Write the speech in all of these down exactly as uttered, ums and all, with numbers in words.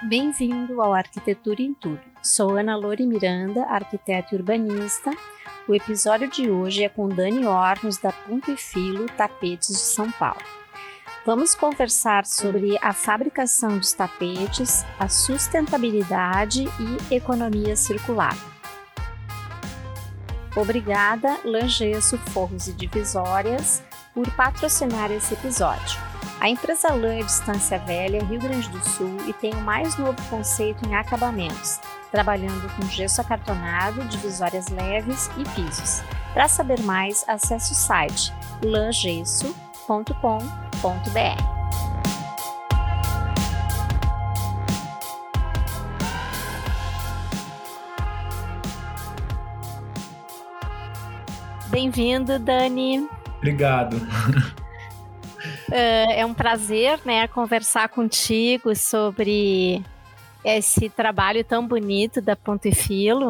Bem-vindo ao Arquitetura em Tudo. Sou Ana Lore Miranda, arquiteta e urbanista. O episódio de hoje é com Dani Ornos, da Ponto e Filo Tapetes de São Paulo. Vamos conversar sobre a fabricação dos tapetes, a sustentabilidade e economia circular. Obrigada, Langesso, Forros e Divisórias, por patrocinar esse episódio. A empresa Lã é de Estância Velha, Rio Grande do Sul, e tem o mais novo conceito em acabamentos, trabalhando com gesso acartonado, divisórias leves e pisos. Para saber mais, acesse o site langesso ponto com ponto b r. Bem-vindo, Dani. Obrigado. Uh, é um prazer, né, conversar contigo sobre esse trabalho tão bonito da Ponto e Filo.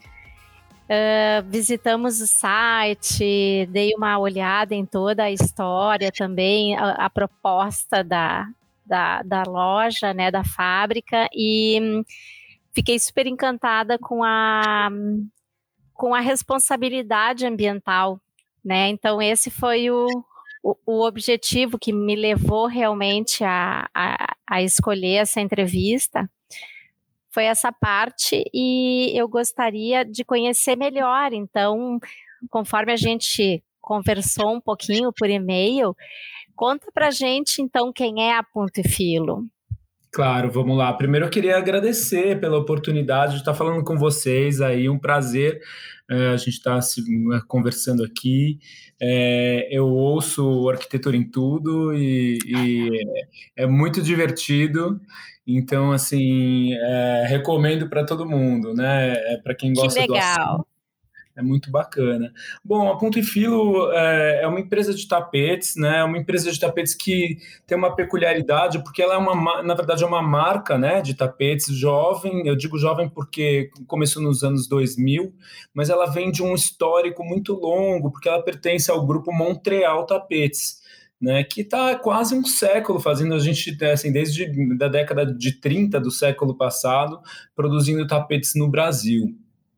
Uh, visitamos o site, dei uma olhada em toda a história também, a, a proposta da, da, da loja, né, da fábrica, e hum, fiquei super encantada com a, com a responsabilidade ambiental, né? Então esse foi o O, o objetivo que me levou realmente a, a, a escolher essa entrevista foi essa parte, e eu gostaria de conhecer melhor. Então, conforme a gente conversou um pouquinho por e-mail, conta pra gente então quem é a Ponto e Filo. Claro, vamos lá. Primeiro eu queria agradecer pela oportunidade de estar falando com vocês aí, um prazer. É, a gente está se conversando aqui. É, eu ouço Arquitetura em Tudo e, e é muito divertido. Então, assim, é, recomendo para todo mundo, né? É, para quem gosta do assunto. É muito bacana. Bom, a Ponto e Filo é, é uma empresa de tapetes, né? É uma empresa de tapetes que tem uma peculiaridade, porque ela é uma, na verdade, é uma marca, né, de tapetes jovem. Eu digo jovem porque começou nos anos dois mil, mas ela vem de um histórico muito longo, porque ela pertence ao grupo Montreal Tapetes, né, que está quase um século fazendo, a gente, assim, desde a década de trinta do século passado, produzindo tapetes no Brasil.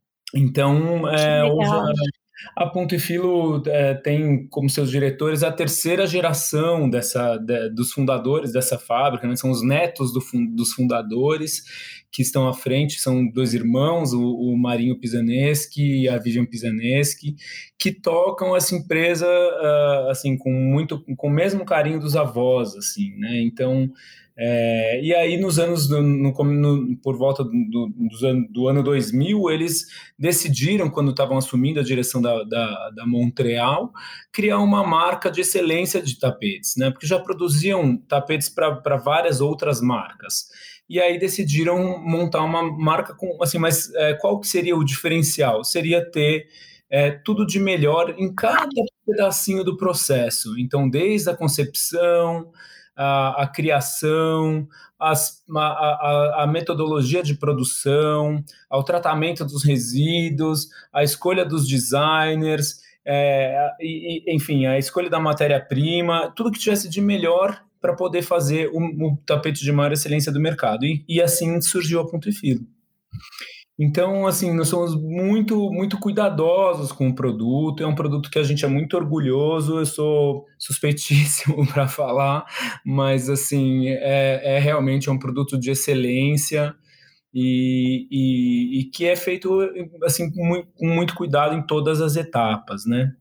Então, é, hoje a, a Ponto e Filo é, tem como seus diretores a terceira geração dessa, de, dos fundadores dessa fábrica, né? São os netos do, dos fundadores que estão à frente, são dois irmãos, o, o Marinho Pisaneschi e a Vivian Pisaneschi, que tocam essa empresa uh, assim, com, muito, com o mesmo carinho dos avós, assim, né? Então, É, e aí nos anos do, no, no, por volta do, do, do ano dois mil, eles decidiram, quando estavam assumindo a direção da, da, da Montreal, criar uma marca de excelência de tapetes, né? Porque já produziam tapetes para várias outras marcas. E aí decidiram montar uma marca com, assim, mas é, qual que seria o diferencial? Seria ter é, tudo de melhor em cada pedacinho do processo. Então, desde a concepção, A, a criação, as, a, a, a metodologia de produção, ao tratamento dos resíduos, a escolha dos designers, é, e, enfim, a escolha da matéria-prima, tudo que tivesse de melhor para poder fazer o, o tapete de maior excelência do mercado. E, e assim surgiu a Ponto e Filo. Então, assim, nós somos muito, muito cuidadosos com o produto, é um produto que a gente é muito orgulhoso, eu sou suspeitíssimo para falar, mas, assim, é, é realmente um produto de excelência e, e, e que é feito, assim, com muito, com muito cuidado em todas as etapas, né?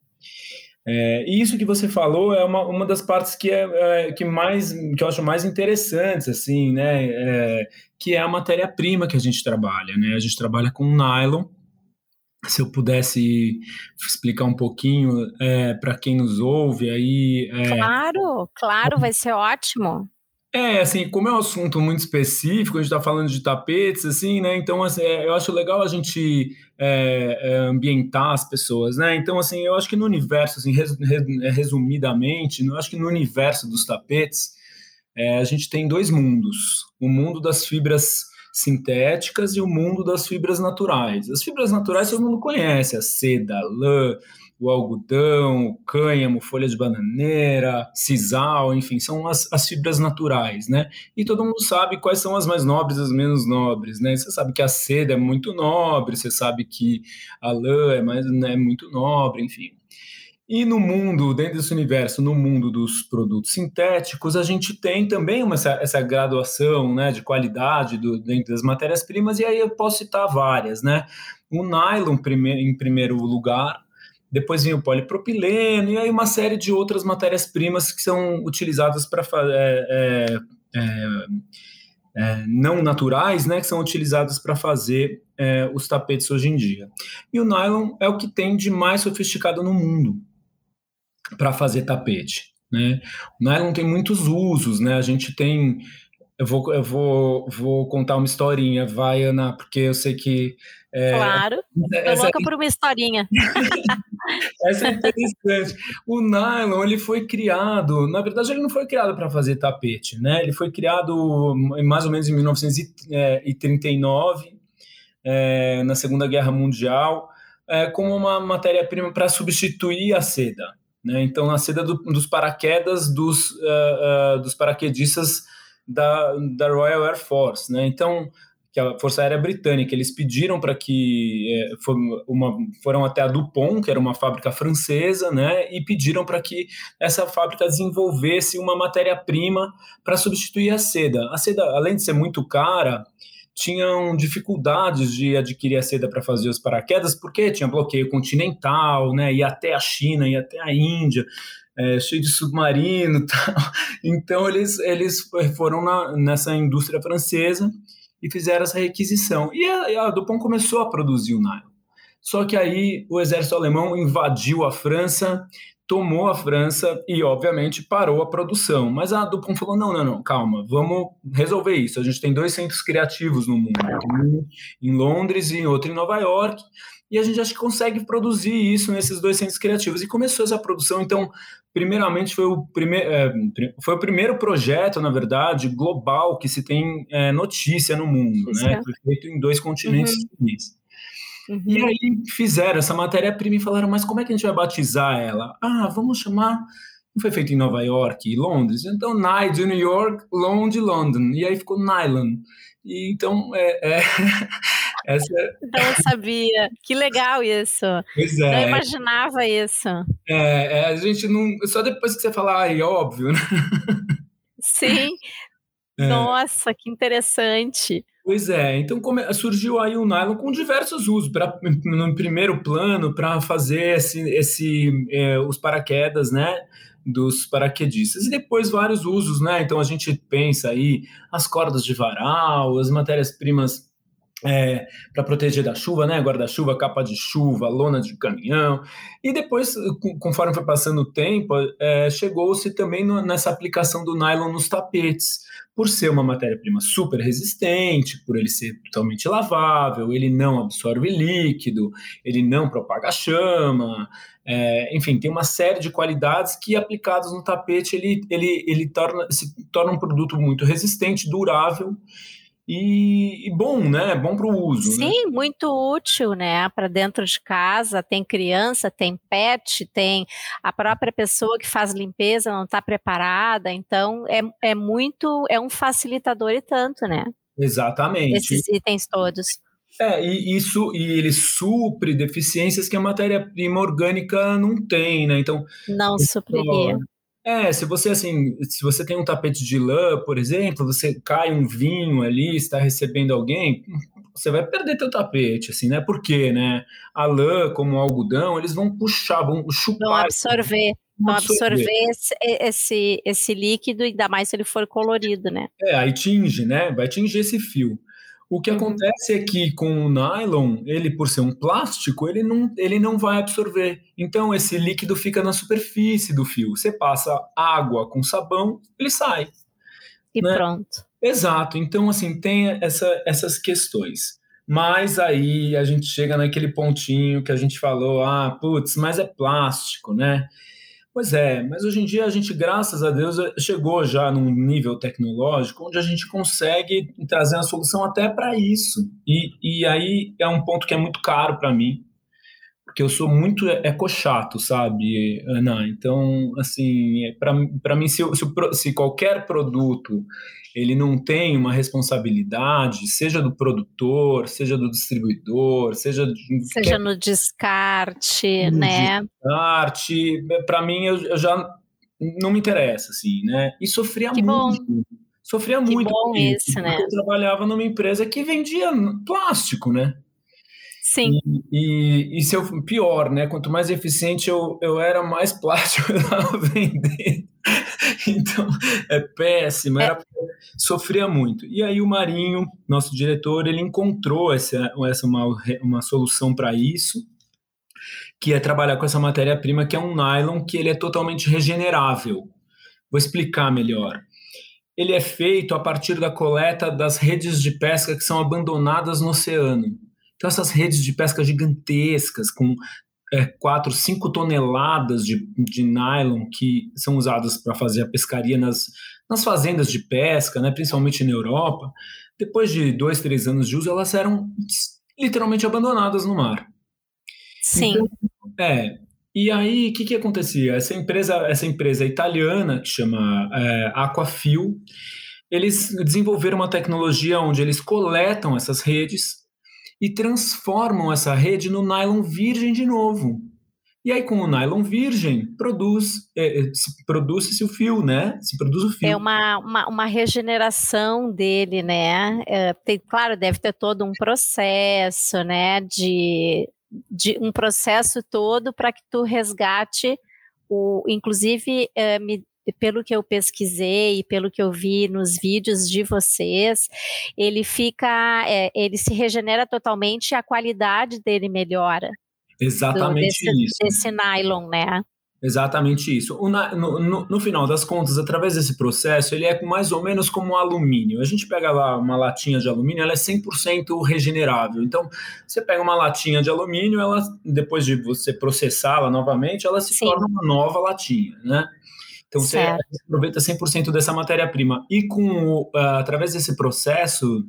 É, e isso que você falou é uma, uma das partes que, é, é, que, mais, que eu acho mais interessantes, assim, né? É, que é a matéria-prima que a gente trabalha, né? A gente trabalha com nylon. Se eu pudesse explicar um pouquinho é, para quem nos ouve aí... É... Claro, claro, vai ser ótimo. É, assim, como é um assunto muito específico, a gente está falando de tapetes, assim, né? Então, assim, eu acho legal a gente é, é, ambientar as pessoas, né? Então, assim, eu acho que no universo, assim, res, resumidamente, eu acho que no universo dos tapetes, é, a gente tem dois mundos. O mundo das fibras sintéticas e o mundo das fibras naturais. As fibras naturais todo mundo conhece, a seda, a lã, o algodão, o cânhamo, folha de bananeira, sisal, enfim, são as, as fibras naturais, né? E todo mundo sabe quais são as mais nobres e as menos nobres, né? Você sabe que a seda é muito nobre, você sabe que a lã é, mais, né, muito nobre, enfim. E no mundo, dentro desse universo, no mundo dos produtos sintéticos, a gente tem também uma, essa, essa graduação, né, de qualidade do, dentro das matérias-primas, e aí eu posso citar várias, né? O nylon prime, em primeiro lugar, depois vem o polipropileno, e aí uma série de outras matérias-primas que são utilizadas para é, é, é, é, não naturais, né, que são utilizadas para fazer é, os tapetes hoje em dia. E o nylon é o que tem de mais sofisticado no mundo para fazer tapete, né? O nylon tem muitos usos, né? A gente tem... Eu vou, eu vou, vou contar uma historinha, vai, Ana, porque eu sei que... É, claro, estou louca é, por uma historinha. Essa é interessante. O nylon, ele foi criado... Na verdade, ele não foi criado para fazer tapete, né? Ele foi criado mais ou menos em mil novecentos e trinta e nove, é, na Segunda Guerra Mundial, é, como uma matéria-prima para substituir a seda. Né? Então, a seda do, dos paraquedas dos, uh, uh, dos paraquedistas da, da Royal Air Force, né? Então, que é a Força Aérea Britânica, eles pediram para que é, for uma, foram até a Dupont, que era uma fábrica francesa, né? E pediram para que essa fábrica desenvolvesse uma matéria-prima para substituir a seda. A seda, além de ser muito cara, tinham dificuldades de adquirir a seda para fazer os paraquedas, porque tinha bloqueio continental, né? Ia até a China, ia até a Índia, é, cheio de submarino e tal. Então, eles, eles foram na, nessa indústria francesa e fizeram essa requisição. E a, a Dupont começou a produzir o nylon. Só que aí o exército alemão invadiu a França, tomou a França e, obviamente, parou a produção. Mas a Dupont falou, não, não, não, calma, vamos resolver isso. A gente tem dois centros criativos no mundo, um em Londres e outro em Nova York, e a gente acha que consegue produzir isso nesses dois centros criativos. E começou essa produção, então, primeiramente, foi o, prime é, foi o primeiro projeto, na verdade, global que se tem é, notícia no mundo, né? Foi feito em dois continentes diferentes. Uhum. Uhum. E aí fizeram essa matéria-prima e falaram, mas como é que a gente vai batizar ela? Ah, vamos chamar... Não foi feito em Nova York e Londres? Então, Nye de New York, Long de London. E aí ficou Nylon. E então, é... é essa... Não sabia. Que legal isso. Pois é. Não imaginava isso. É, é, a gente não... Só depois que você falar, ai, óbvio, né? Sim. É. Nossa, que interessante. Pois é, então come, surgiu aí o nylon com diversos usos, pra, no primeiro plano, para fazer esse, esse, é, os paraquedas, né, dos paraquedistas, e depois vários usos, né, então a gente pensa aí as cordas de varal, as matérias-primas é, para proteger da chuva, né, guarda-chuva, capa de chuva, lona de caminhão, e depois, conforme foi passando o tempo, é, chegou-se também no, nessa aplicação do nylon nos tapetes, por ser uma matéria-prima super resistente, por ele ser totalmente lavável, ele não absorve líquido, ele não propaga chama, é, enfim, tem uma série de qualidades que aplicados no tapete ele, ele, ele torna, se torna um produto muito resistente, durável e, e bom, né? Bom para o uso. Sim, né? Muito útil, né? Para dentro de casa, tem criança, tem pet, tem a própria pessoa que faz limpeza, não está preparada, então é, é muito, é um facilitador e tanto, né? Exatamente. Esses itens todos. É, e isso, e ele supre deficiências que a matéria-prima orgânica não tem, né? Então. Não supriria. É, se você assim, se você tem um tapete de lã, por exemplo, você cai um vinho ali, está recebendo alguém, você vai perder teu tapete, assim, né? Por quê, né? A lã, como o algodão, eles vão puxar, vão chupar. Vão absorver, vão absorver, absorver esse, esse, esse líquido, ainda mais se ele for colorido, né? É, aí tinge, né? Vai tingir esse fio. O que uhum. acontece é que com o nylon, ele por ser um plástico, ele não, ele não vai absorver. Então esse líquido fica na superfície do fio. Você passa água com sabão, ele sai. E né? Pronto. Exato. Então assim, tem essa, essas questões. Mas aí a gente chega naquele pontinho que a gente falou, ah, putz, mas é plástico, né? Pois é, mas hoje em dia a gente, graças a Deus, chegou já num nível tecnológico onde a gente consegue trazer uma solução até para isso. E, e aí é um ponto que é muito caro para mim, porque eu sou muito ecochato, sabe, Ana? Então, assim, para mim, se, se, se qualquer produto ele não tem uma responsabilidade, seja do produtor, seja do distribuidor, seja do que Seja quer, no descarte, no né? descarte, para mim eu, eu já não me interessa, assim, né? E sofria Que muito, bom, sofria que muito com bom isso, isso, porque né? eu trabalhava numa empresa que vendia plástico, né? Sim, E, e, e se eu, pior, né? Quanto mais eficiente eu, eu era, mais plástico eu estava vendendo. Então, é péssimo, é, era, sofria muito. E aí o Marinho, nosso diretor, ele encontrou essa, essa uma, uma solução para isso, que é trabalhar com essa matéria-prima, que é um nylon, que ele é totalmente regenerável. Vou explicar melhor. Ele é feito a partir da coleta das redes de pesca que são abandonadas no oceano. Então, essas redes de pesca gigantescas, com é, quatro, cinco toneladas de, de nylon que são usadas para fazer a pescaria nas, nas fazendas de pesca, né, principalmente na Europa, depois de dois, três anos de uso, elas eram literalmente abandonadas no mar. Então, sim. é. E aí, o que, que acontecia? Essa empresa, essa empresa italiana, que chama é, Aquafil, eles desenvolveram uma tecnologia onde eles coletam essas redes e transformam essa rede no nylon virgem de novo. E aí, com o nylon virgem, produz, é, se produz-se o fio, né? Se produz o É fio. uma, uma, uma regeneração dele, né? É, tem, claro, deve ter todo um processo, né? De, de um processo todo para que tu resgate o, inclusive, é, me, pelo que eu pesquisei e pelo que eu vi nos vídeos de vocês, ele fica, é, ele se regenera totalmente e a qualidade dele melhora do, Exatamente desse, isso. desse nylon, né? Exatamente isso. O na- no, no- no final das contas, através desse processo, ele é mais ou menos como um alumínio. A gente pega lá uma latinha de alumínio, ela é cem por cento regenerável. Então, você pega uma latinha de alumínio, ela, depois de você processá-la novamente, ela se Sim, torna uma nova latinha, né? Então, você certo. aproveita cem por cento dessa matéria-prima. E com o, ah, através desse processo,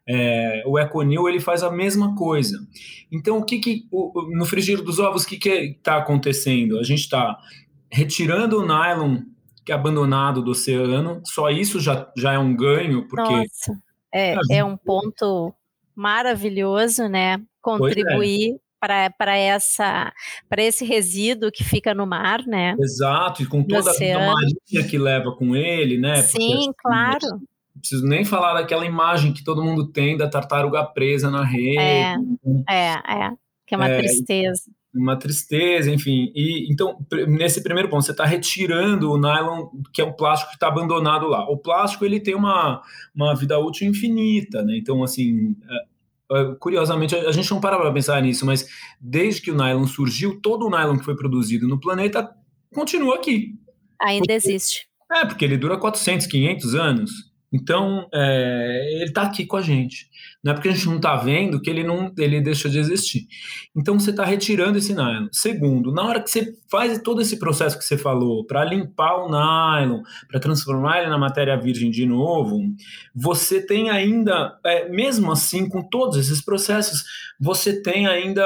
é, o Econil ele faz a mesma coisa. Então, o que, que o, o- no frigir dos ovos, o que está acontecendo? A gente está retirando o nylon que é abandonado do oceano, só isso já, já é um ganho, porque. Nossa, é, Ah, é um ponto maravilhoso, né? pois é, Contribuir para para essa para esse resíduo que fica no mar, né? exato, e com No toda a vida oceano. marinha que leva com ele, né? Porque Sim, assim, claro. não preciso nem falar daquela imagem que todo mundo tem da tartaruga presa na rede, É, é, é. Que é uma tristeza. uma tristeza, enfim. E então, pr- nesse primeiro ponto, você está retirando o nylon, que é um plástico que está abandonado lá. O plástico ele tem uma, uma vida útil infinita, né? Então, assim, é, é, curiosamente, a, a gente não para para pensar nisso, mas desde que o nylon surgiu, todo o nylon que foi produzido no planeta continua aqui. Ainda existe. É, porque ele dura quatrocentos, quinhentos anos. Então, é, ele está aqui com a gente. Não é porque a gente não está vendo que ele não ele deixa de existir. Então, você está retirando esse nylon. Segundo, na hora que você faz todo esse processo que você falou, para limpar o nylon, para transformar ele na matéria virgem de novo, você tem ainda, é, mesmo assim, com todos esses processos, você tem ainda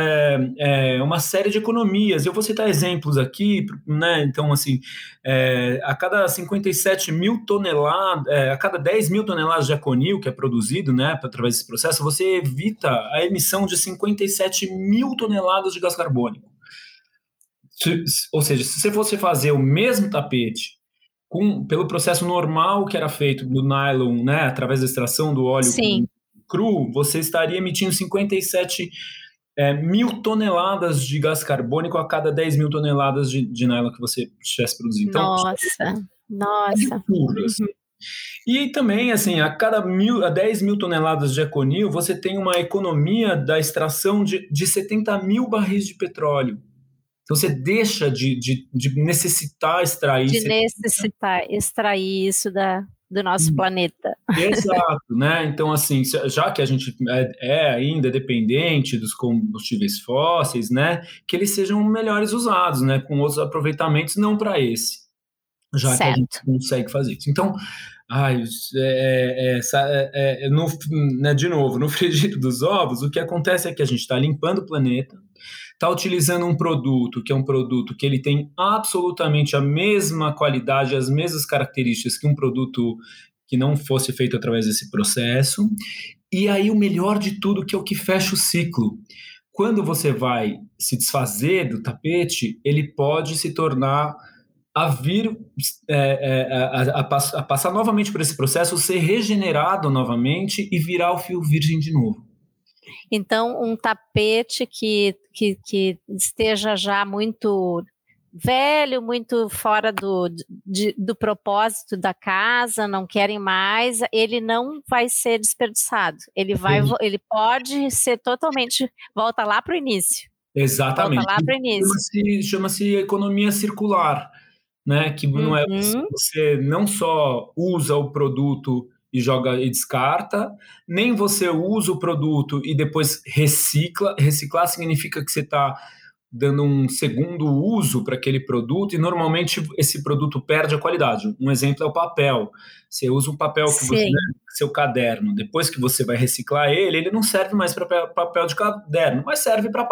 é, é, uma série de economias. Eu vou citar exemplos aqui, né? Então, assim, é, a cada cinquenta e sete mil toneladas, é, a cada dez mil toneladas de aconil que é produzido, né, através desse processo, você evita a emissão de cinquenta e sete mil toneladas de gás carbônico. Se, ou seja, se você fosse fazer o mesmo tapete com, pelo processo normal que era feito do nylon, né, através da extração do óleo Sim. cru, você estaria emitindo cinquenta e sete é, mil toneladas de gás carbônico a cada dez mil toneladas de, de nylon que você estivesse produzindo. Então, Nossa, nossa. absurdo, assim. Uhum. E também, assim, a cada mil, a dez mil toneladas de econil, você tem uma economia da extração de, de setenta mil barris de petróleo. Então, você deixa de, de, de necessitar extrair. De setenta necessitar extrair isso da, do nosso planeta. Exato, né? Então, assim, já que a gente é, é ainda dependente dos combustíveis fósseis, né, que eles sejam melhores usados, né, com outros aproveitamentos, não para esse, já certo. Que a gente consegue fazer isso. Então, ai, é, é, é, é, no, né, de novo, no frigir dos ovos, o que acontece é que a gente está limpando o planeta, está utilizando um produto que é um produto que ele tem absolutamente a mesma qualidade, as mesmas características que um produto que não fosse feito através desse processo. E aí o melhor de tudo, que é o que fecha o ciclo. Quando você vai se desfazer do tapete, ele pode se tornar a vir é, é, a, a, a passar novamente por esse processo, ser regenerado novamente e virar o fio virgem de novo. Então, um tapete que, que, que esteja já muito velho, muito fora do, de, do propósito da casa, não querem mais, ele não vai ser desperdiçado. Ele, vai, ele pode ser totalmente... Volta lá para o início. Exatamente. Volta lá para o início. Chama-se, chama-se economia circular, né? Que não é uhum. Você não só usa o produto e joga e descarta, nem você usa o produto e depois recicla. Reciclar significa que você está dando um segundo uso para aquele produto e normalmente esse produto perde a qualidade. Um exemplo é o papel. Você usa um papel que você, né, seu caderno, depois que você vai reciclar ele, ele não serve mais para papel de caderno, mas serve para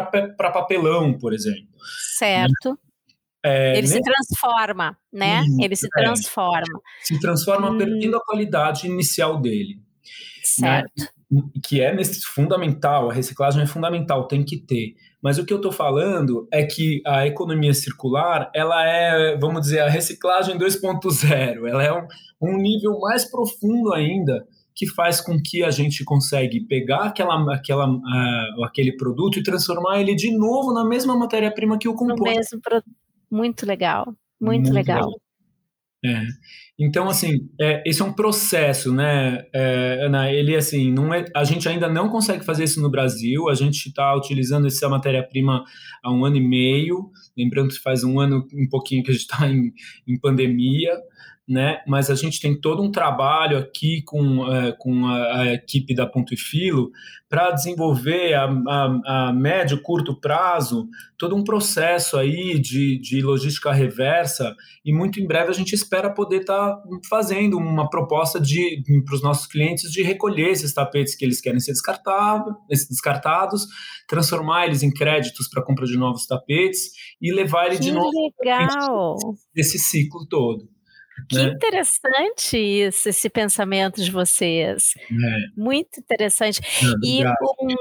papelão, por exemplo. Certo. Né? É, ele nem... se transforma, né? Isso, ele se transforma. É, se transforma hum. perdendo a qualidade inicial dele. Certo. Né? Que é fundamental, a reciclagem é fundamental, tem que ter. Mas o que eu estou falando é que a economia circular, ela é, vamos dizer, a reciclagem dois ponto zero. Ela é um, um nível mais profundo ainda, que faz com que a gente consegue pegar aquela, aquela, uh, aquele produto e transformar ele de novo na mesma matéria-prima que o compôs. No mesmo produto. Muito legal, muito, muito legal. legal. É. Então, assim, é, esse é um processo, né, é, Ana? Ele, assim, não é, a gente ainda não consegue fazer isso no Brasil, a gente está utilizando essa matéria-prima há um ano e meio, lembrando que faz um ano, um pouquinho que a gente está em, em pandemia, né? Mas a gente tem todo um trabalho aqui com, é, com a, a equipe da Ponto e Filo para desenvolver a, a, a médio, curto prazo todo um processo aí de, de logística reversa e muito em breve a gente espera poder estar tá fazendo uma proposta para os nossos clientes de recolher esses tapetes que eles querem ser descartados, descartados, transformar eles em créditos para compra de novos tapetes e levar ele que de novo legal. desse ciclo todo. Que né? interessante isso, esse pensamento de vocês. É. Muito interessante. Não, e um,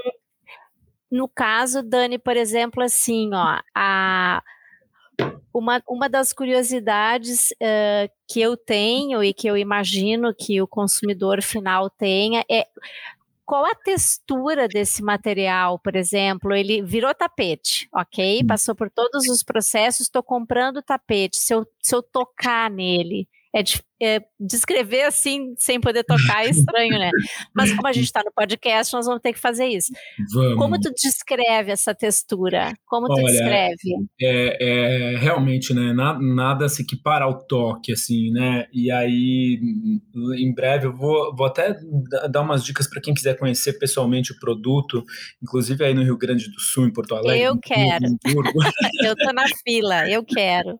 no caso, Dani, por exemplo, assim, ó, a, uma, uma das curiosidades uh, que eu tenho e que eu imagino que o consumidor final tenha é qual a textura desse material, por exemplo. Ele virou tapete, ok? Passou por todos os processos, estou comprando tapete. Se eu, se eu tocar nele, é, é descrever assim, sem poder tocar, é estranho, né? Mas como a gente está no podcast, nós vamos ter que fazer isso. Vamos. Como tu descreve essa textura? Como tu Olha, descreve? É, é, realmente, né? Nada, nada se equipara ao toque, assim, né? E aí, em breve, eu vou, vou até dar umas dicas para quem quiser conhecer pessoalmente o produto, inclusive aí no Rio Grande do Sul, em Porto Alegre. Eu quero. Eu tô na fila, eu quero.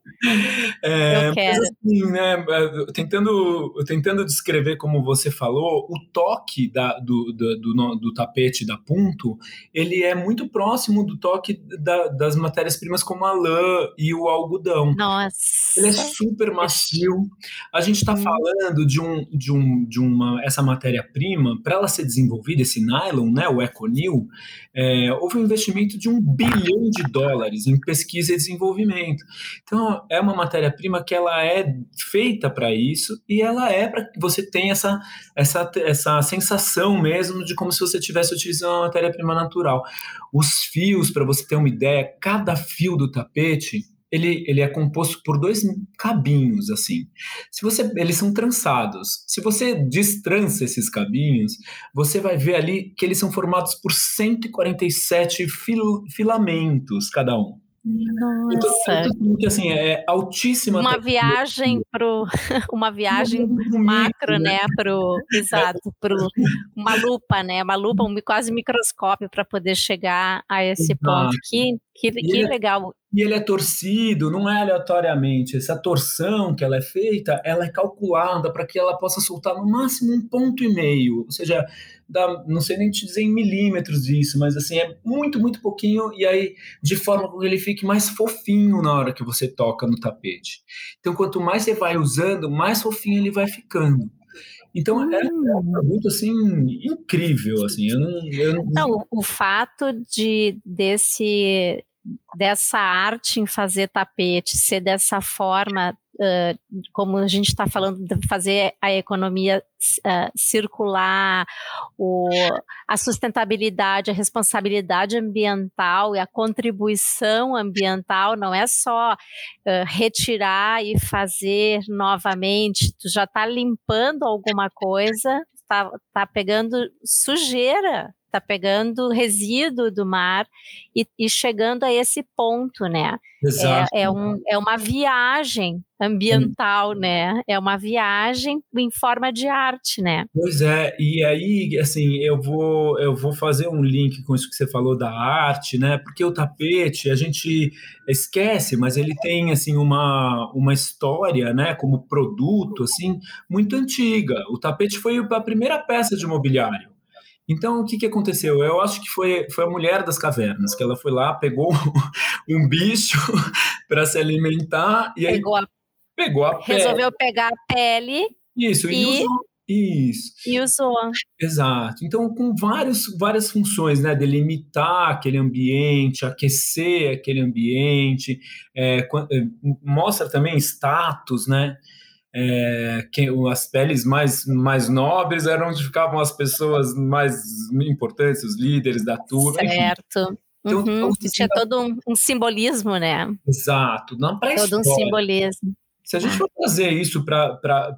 É, eu quero. Mas assim, né? Tentando, tentando descrever como você falou, o toque da, do, do, do, do tapete da Punto, ele é muito próximo do toque da, das matérias-primas como a lã e o algodão. Nossa. Ele é super macio. A gente está hum. falando de, um, de, um, de uma, essa matéria-prima, para ela ser desenvolvida, esse nylon, né, o Econil, é, houve um investimento de um bilhão de dólares em pesquisa e desenvolvimento. Então, é uma matéria-prima que ela é feita para isso e ela é para que você tenha essa, essa, essa sensação mesmo de como se você estivesse utilizando uma matéria-prima natural. Os fios, para você ter uma ideia, cada fio do tapete, ele, ele é composto por dois cabinhos, assim. Se você, eles são trançados. Se você destrança esses cabinhos, você vai ver ali que eles são formados por cento e quarenta e sete fil, filamentos cada um. Nossa! Então, assim, é altíssima uma viagem pro uma viagem macro, né, pro exato, pro uma lupa, né, uma lupa, um quase microscópio para poder chegar a esse ponto. Exato. Que que E que ele é legal. e ele é torcido, não é aleatoriamente, essa torção que ela é feita, ela é calculada para que ela possa soltar no máximo um ponto e meio, ou seja, dá, não sei nem te dizer em milímetros disso, mas assim, é muito, muito pouquinho, e aí de forma que ele fique mais fofinho na hora que você toca no tapete. Então, quanto mais você vai usando, mais fofinho ele vai ficando. Então, é, é um Hum. produto, assim, incrível, assim, eu não... Eu não... Não, o, o fato de desse dessa arte em fazer tapete ser dessa forma, uh, como a gente está falando, de fazer a economia uh, circular, o, a sustentabilidade, a responsabilidade ambiental e a contribuição ambiental, não é só uh, retirar e fazer novamente, tu já está limpando alguma coisa, está tá pegando sujeira, está pegando resíduo do mar e, e chegando a esse ponto, né? Exato. É, é, um, é uma viagem ambiental, né? É uma viagem em forma de arte, né? Pois é, e aí, assim, eu vou, eu vou fazer um link com isso que você falou da arte, né? Porque o tapete, a gente esquece, mas ele tem, assim, uma, uma história, né? Como produto, assim, muito antiga. O tapete foi a primeira peça de mobiliário. Então, o que, que aconteceu? Eu acho que foi, foi a mulher das cavernas, que ela foi lá, pegou um bicho para se alimentar e aí Pegou a, pegou a pele. resolveu pegar a pele Isso, e e, usou. Isso. e usou. Exato. Então, com vários, várias funções, né? Delimitar aquele ambiente, aquecer aquele ambiente, é, quan- é, mostra também status, né? É, que as peles mais, mais nobres eram onde ficavam as pessoas mais importantes, os líderes da turma, enfim. Certo. Então, Uhum, então, que assim, tinha todo um, um simbolismo, né? exato, na Todo um pré-história. simbolismo. Se a gente Ah, for trazer isso para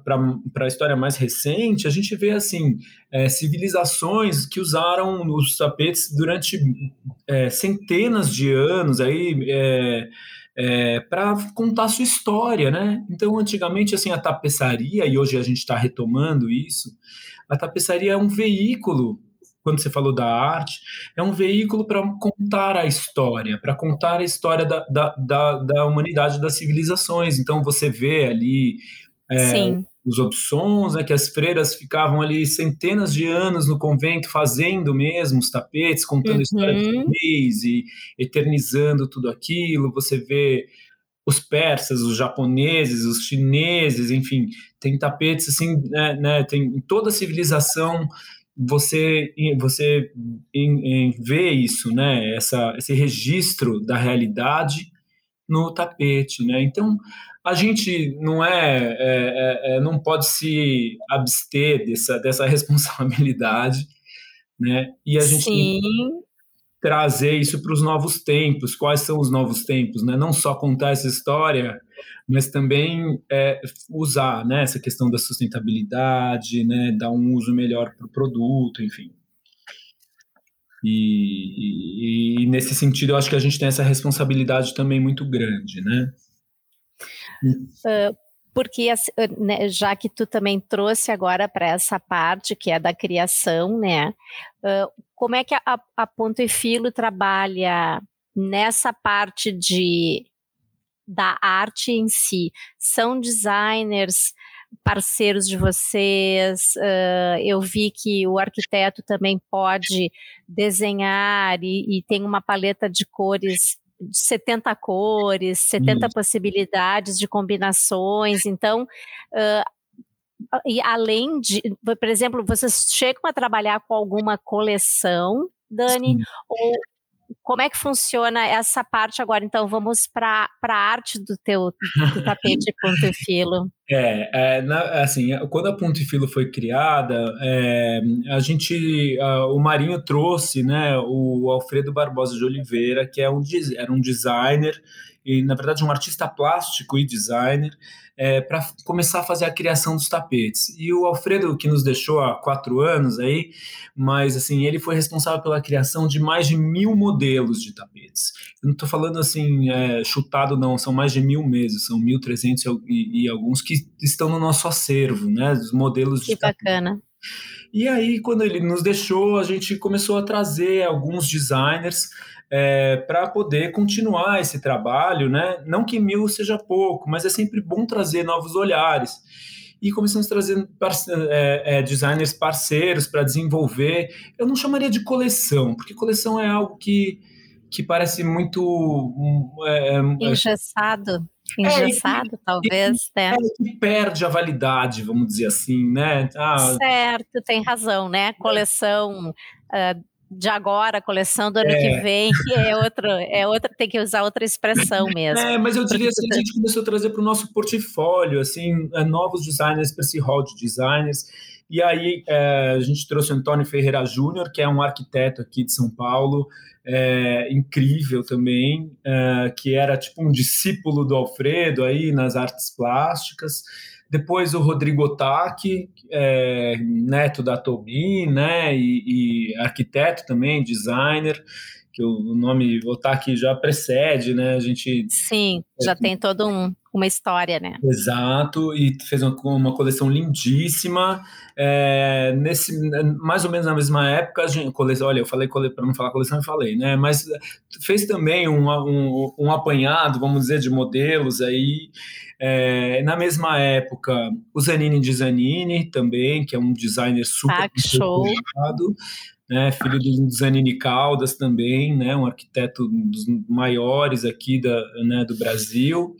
a história mais recente, a gente vê assim é, civilizações que usaram os tapetes durante é, centenas de anos aí é, é, para contar a sua história, né? Então, antigamente, assim, a tapeçaria, e hoje a gente está retomando isso, a tapeçaria é um veículo, quando você falou da arte, é um veículo para contar a história, para contar a história da, da, da, da humanidade, das civilizações. Então, você vê ali é, sim. os opsons, né, que as freiras ficavam ali centenas de anos no convento fazendo mesmo os tapetes, contando a história dos Uhum. reis e eternizando tudo aquilo. Você vê os persas, os japoneses, os chineses, enfim, tem tapetes assim, né, né, tem em toda a civilização você você em, em, vê isso, né, essa, esse registro da realidade no tapete, né? Então a gente não é, é, é, é não pode se abster dessa, dessa responsabilidade, né? E a gente tem que Sim. trazer isso para os novos tempos. Quais são os novos tempos, né? Não só contar essa história, mas também é, usar, né, essa questão da sustentabilidade, né, dar um uso melhor para o produto, enfim. E, e, e nesse sentido, eu acho que a gente tem essa responsabilidade também muito grande, né? Uh, porque né, já que tu também trouxe agora para essa parte que é da criação, né? Uh, como é que a, a Ponto e Filo trabalha nessa parte de da arte em si? São designers parceiros de vocês? Uh, eu vi que o arquiteto também pode desenhar e, e tem uma paleta de cores de setenta cores, setenta Isso. possibilidades de combinações. Então, uh, e além de, por exemplo, vocês chegam a trabalhar com alguma coleção, Dani? Sim. Ou como é que funciona essa parte agora? Então, vamos para a arte do teu do tapete Ponto e Filo. É, é, na- assim, quando a Ponto e Filo foi criada, é, a gente, a- o Marinho trouxe, né, o Alfredo Barbosa de Oliveira, que é um, des- era um designer, e na verdade um artista plástico e designer, para começar a fazer a criação dos tapetes. E o Alfredo, que nos deixou há quatro anos aí, mas assim, ele foi responsável pela criação de mais de mil modelos de tapetes. Eu não estou falando assim, é, chutado, não, são mais de mil mesmo, são mil e trezentos e, e e alguns que estão no nosso acervo, né, dos modelos Que de tapete. bacana. E aí, quando ele nos deixou, a gente começou a trazer alguns designers é, para poder continuar esse trabalho, né? Não que mil seja pouco, mas é sempre bom trazer novos olhares. E começamos a trazer parce é, é, designers parceiros para desenvolver. Eu não chamaria de coleção, porque coleção é algo que, que parece muito. um, É, é, Engessado, é, e que, engessado, e que- talvez, é, né? que perde a validade, vamos dizer assim, né? Ah, Certo, tem razão, né? Coleção, hã, de agora, coleção do ano que é, vem é outro é outra tem que usar outra expressão mesmo, É, mas eu porque diria tu assim, a tá gente começou a trazer para o nosso portfólio, assim, é, novos designers para esse hall de designers. E aí é, a gente trouxe o Antônio Ferreira Júnior, que é um arquiteto aqui de São Paulo, é, incrível também, é, que era tipo um discípulo do Alfredo aí nas artes plásticas. Depois o Rodrigo Otaki, é, neto da Tobi, né, e, e arquiteto também, designer, que o nome Otaki já precede, né? A gente sim, já tem todo um uma história, né. exato, e fez uma, uma coleção lindíssima. É, nesse, mais ou menos na mesma época, a gente, coleção, olha, eu falei para não falar coleção, eu falei, né? Mas fez também um, um, um apanhado, vamos dizer, de modelos aí. É, na mesma época, o Zanini de Zanini também, que é um designer super Ah, que show. conceituado, né, filho do Zanini Caldas também, né, um arquiteto dos maiores aqui da, né, do Brasil.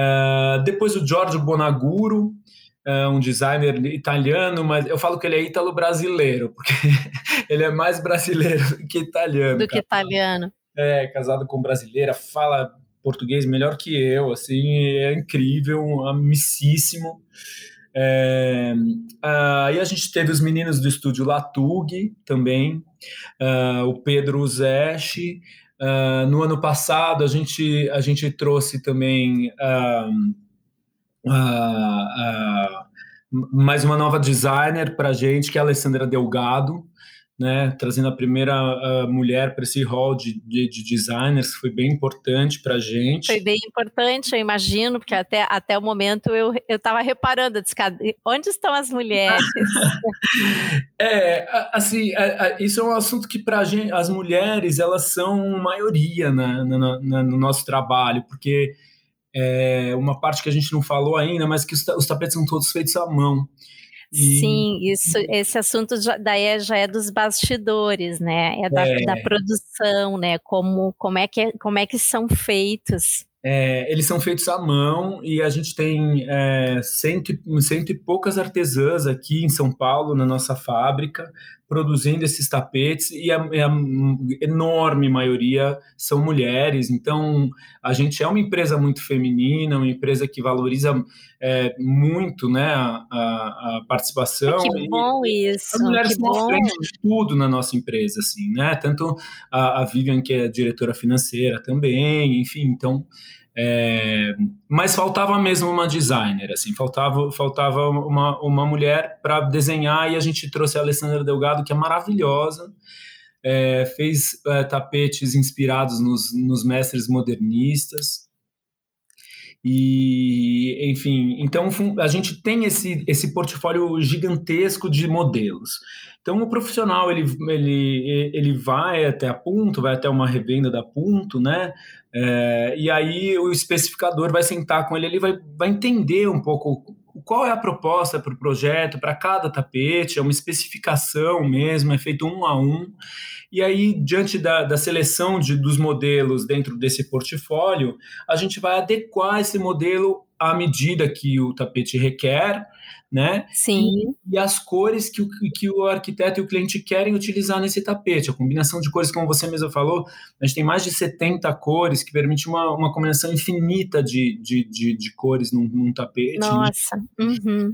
Uh, depois o Giorgio Bonaguro, uh, um designer italiano, mas eu falo que ele é ítalo-brasileiro, porque ele é mais brasileiro que italiano, Do que cara. italiano. É, casado com brasileira, fala português melhor que eu, assim, é incrível, amicíssimo. É, uh, e a gente teve os meninos do estúdio Latug também, uh, o Pedro Uzechi. Uh, no ano passado a gente, a gente trouxe também uh, uh, uh, mais uma nova designer para a gente, que é a Alessandra Delgado, né, trazendo a primeira uh, mulher para esse hall de, de, de designers, que foi bem importante para a gente. Foi bem importante, eu imagino, porque até, até o momento eu estava reparando, disse, onde estão as mulheres? É, assim, isso é um assunto que para as mulheres, elas são maioria na, na, na, no nosso trabalho, porque é uma parte que a gente não falou ainda, mas que os, os tapetes são todos feitos à mão. E, Sim, isso, esse assunto já, daí já é dos bastidores, né? É da, é, da produção, né? Como, como, é que, como é que são feitos. É, eles são feitos à mão e a gente tem é, cento, cento e poucas artesãs aqui em São Paulo, na nossa fábrica, produzindo esses tapetes, e a, a enorme maioria são mulheres. Então, a gente é uma empresa muito feminina, uma empresa que valoriza é, muito, né, a, a, a participação. Que bom e, isso, as mulheres que estão à bom. frente de tudo na nossa empresa, assim, né? Tanto a, a Vivian, que é diretora financeira também, enfim, então... É, mas faltava mesmo uma designer, assim, faltava, faltava uma, uma mulher para desenhar, e a gente trouxe a Alessandra Delgado, que é maravilhosa, é, fez é, tapetes inspirados nos, nos mestres modernistas. E, enfim, então a gente tem esse, esse portfólio gigantesco de modelos. Então o profissional ele, ele, ele vai até a Punto, vai até uma revenda da Punto, né? É, e aí o especificador vai sentar com ele, ele vai, vai entender um pouco qual é a proposta para o projeto, para cada tapete, é uma especificação mesmo, é feito um a um. E aí, diante da, da seleção de, dos modelos dentro desse portfólio, a gente vai adequar esse modelo à medida que o tapete requer, né? Sim. E, e as cores que o, que o arquiteto e o cliente querem utilizar nesse tapete. A combinação de cores, como você mesmo falou, a gente tem mais de setenta cores, que permite uma, uma combinação infinita de, de, de, de cores num, num tapete. Nossa, uhum.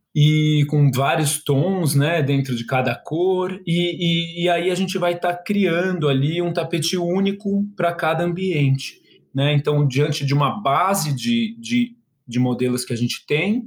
E com vários tons, né, dentro de cada cor, e, e, e aí a gente vai estar tá criando ali um tapete único para cada ambiente, né? Então, diante de uma base de, de, de modelos que a gente tem,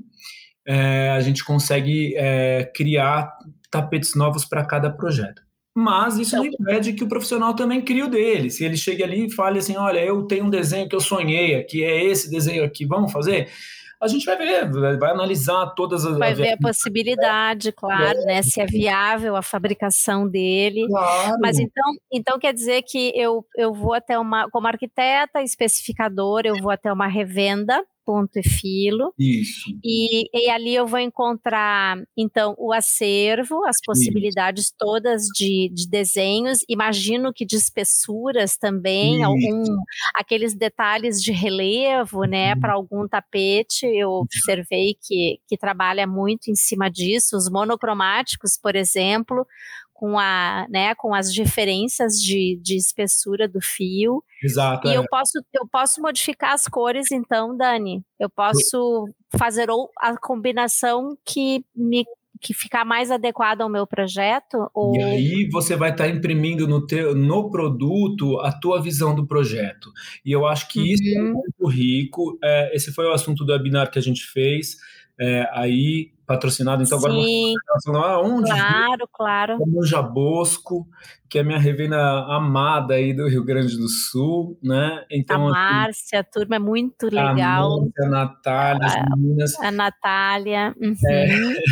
é, a gente consegue é, criar tapetes novos para cada projeto. Mas isso não impede que o profissional também crie o dele. Se ele chega ali e fale assim, olha, eu tenho um desenho que eu sonhei aqui, é esse desenho aqui, vamos fazer? A gente vai ver, vai analisar todas as... Vai ver a possibilidade, claro, é. né? Se é viável a fabricação dele. Claro. Mas então, então quer dizer que eu, eu vou até uma, como arquiteta, especificadora, eu vou até uma revenda, ponto e filo. Isso. E, e ali eu vou encontrar, então, o acervo, as possibilidades Isso. todas de, de desenhos, imagino que de espessuras também, algum, aqueles detalhes de relevo, né, para algum tapete, eu observei que, que trabalha muito em cima disso, os monocromáticos, por exemplo, com, a, né, com as diferenças de, de espessura do fio. Exato. E é. eu, posso, eu posso modificar as cores, então, Dani. Eu posso fazer ou a combinação que, me, que ficar mais adequada ao meu projeto. Ou... E aí você vai estar tá imprimindo no, teu, no produto a tua visão do projeto. E eu acho que uhum. isso é muito rico. É, esse foi o assunto do webinar que a gente fez. É, aí, patrocinado, então agora Sim, você vai falar onde? Claro, claro. No Jabosco, que é a minha revenda amada aí do Rio Grande do Sul, né? Então, a Márcia, assim, a turma é muito legal. A Márcia, a Natália, as meninas. A Natália. Uhum. É,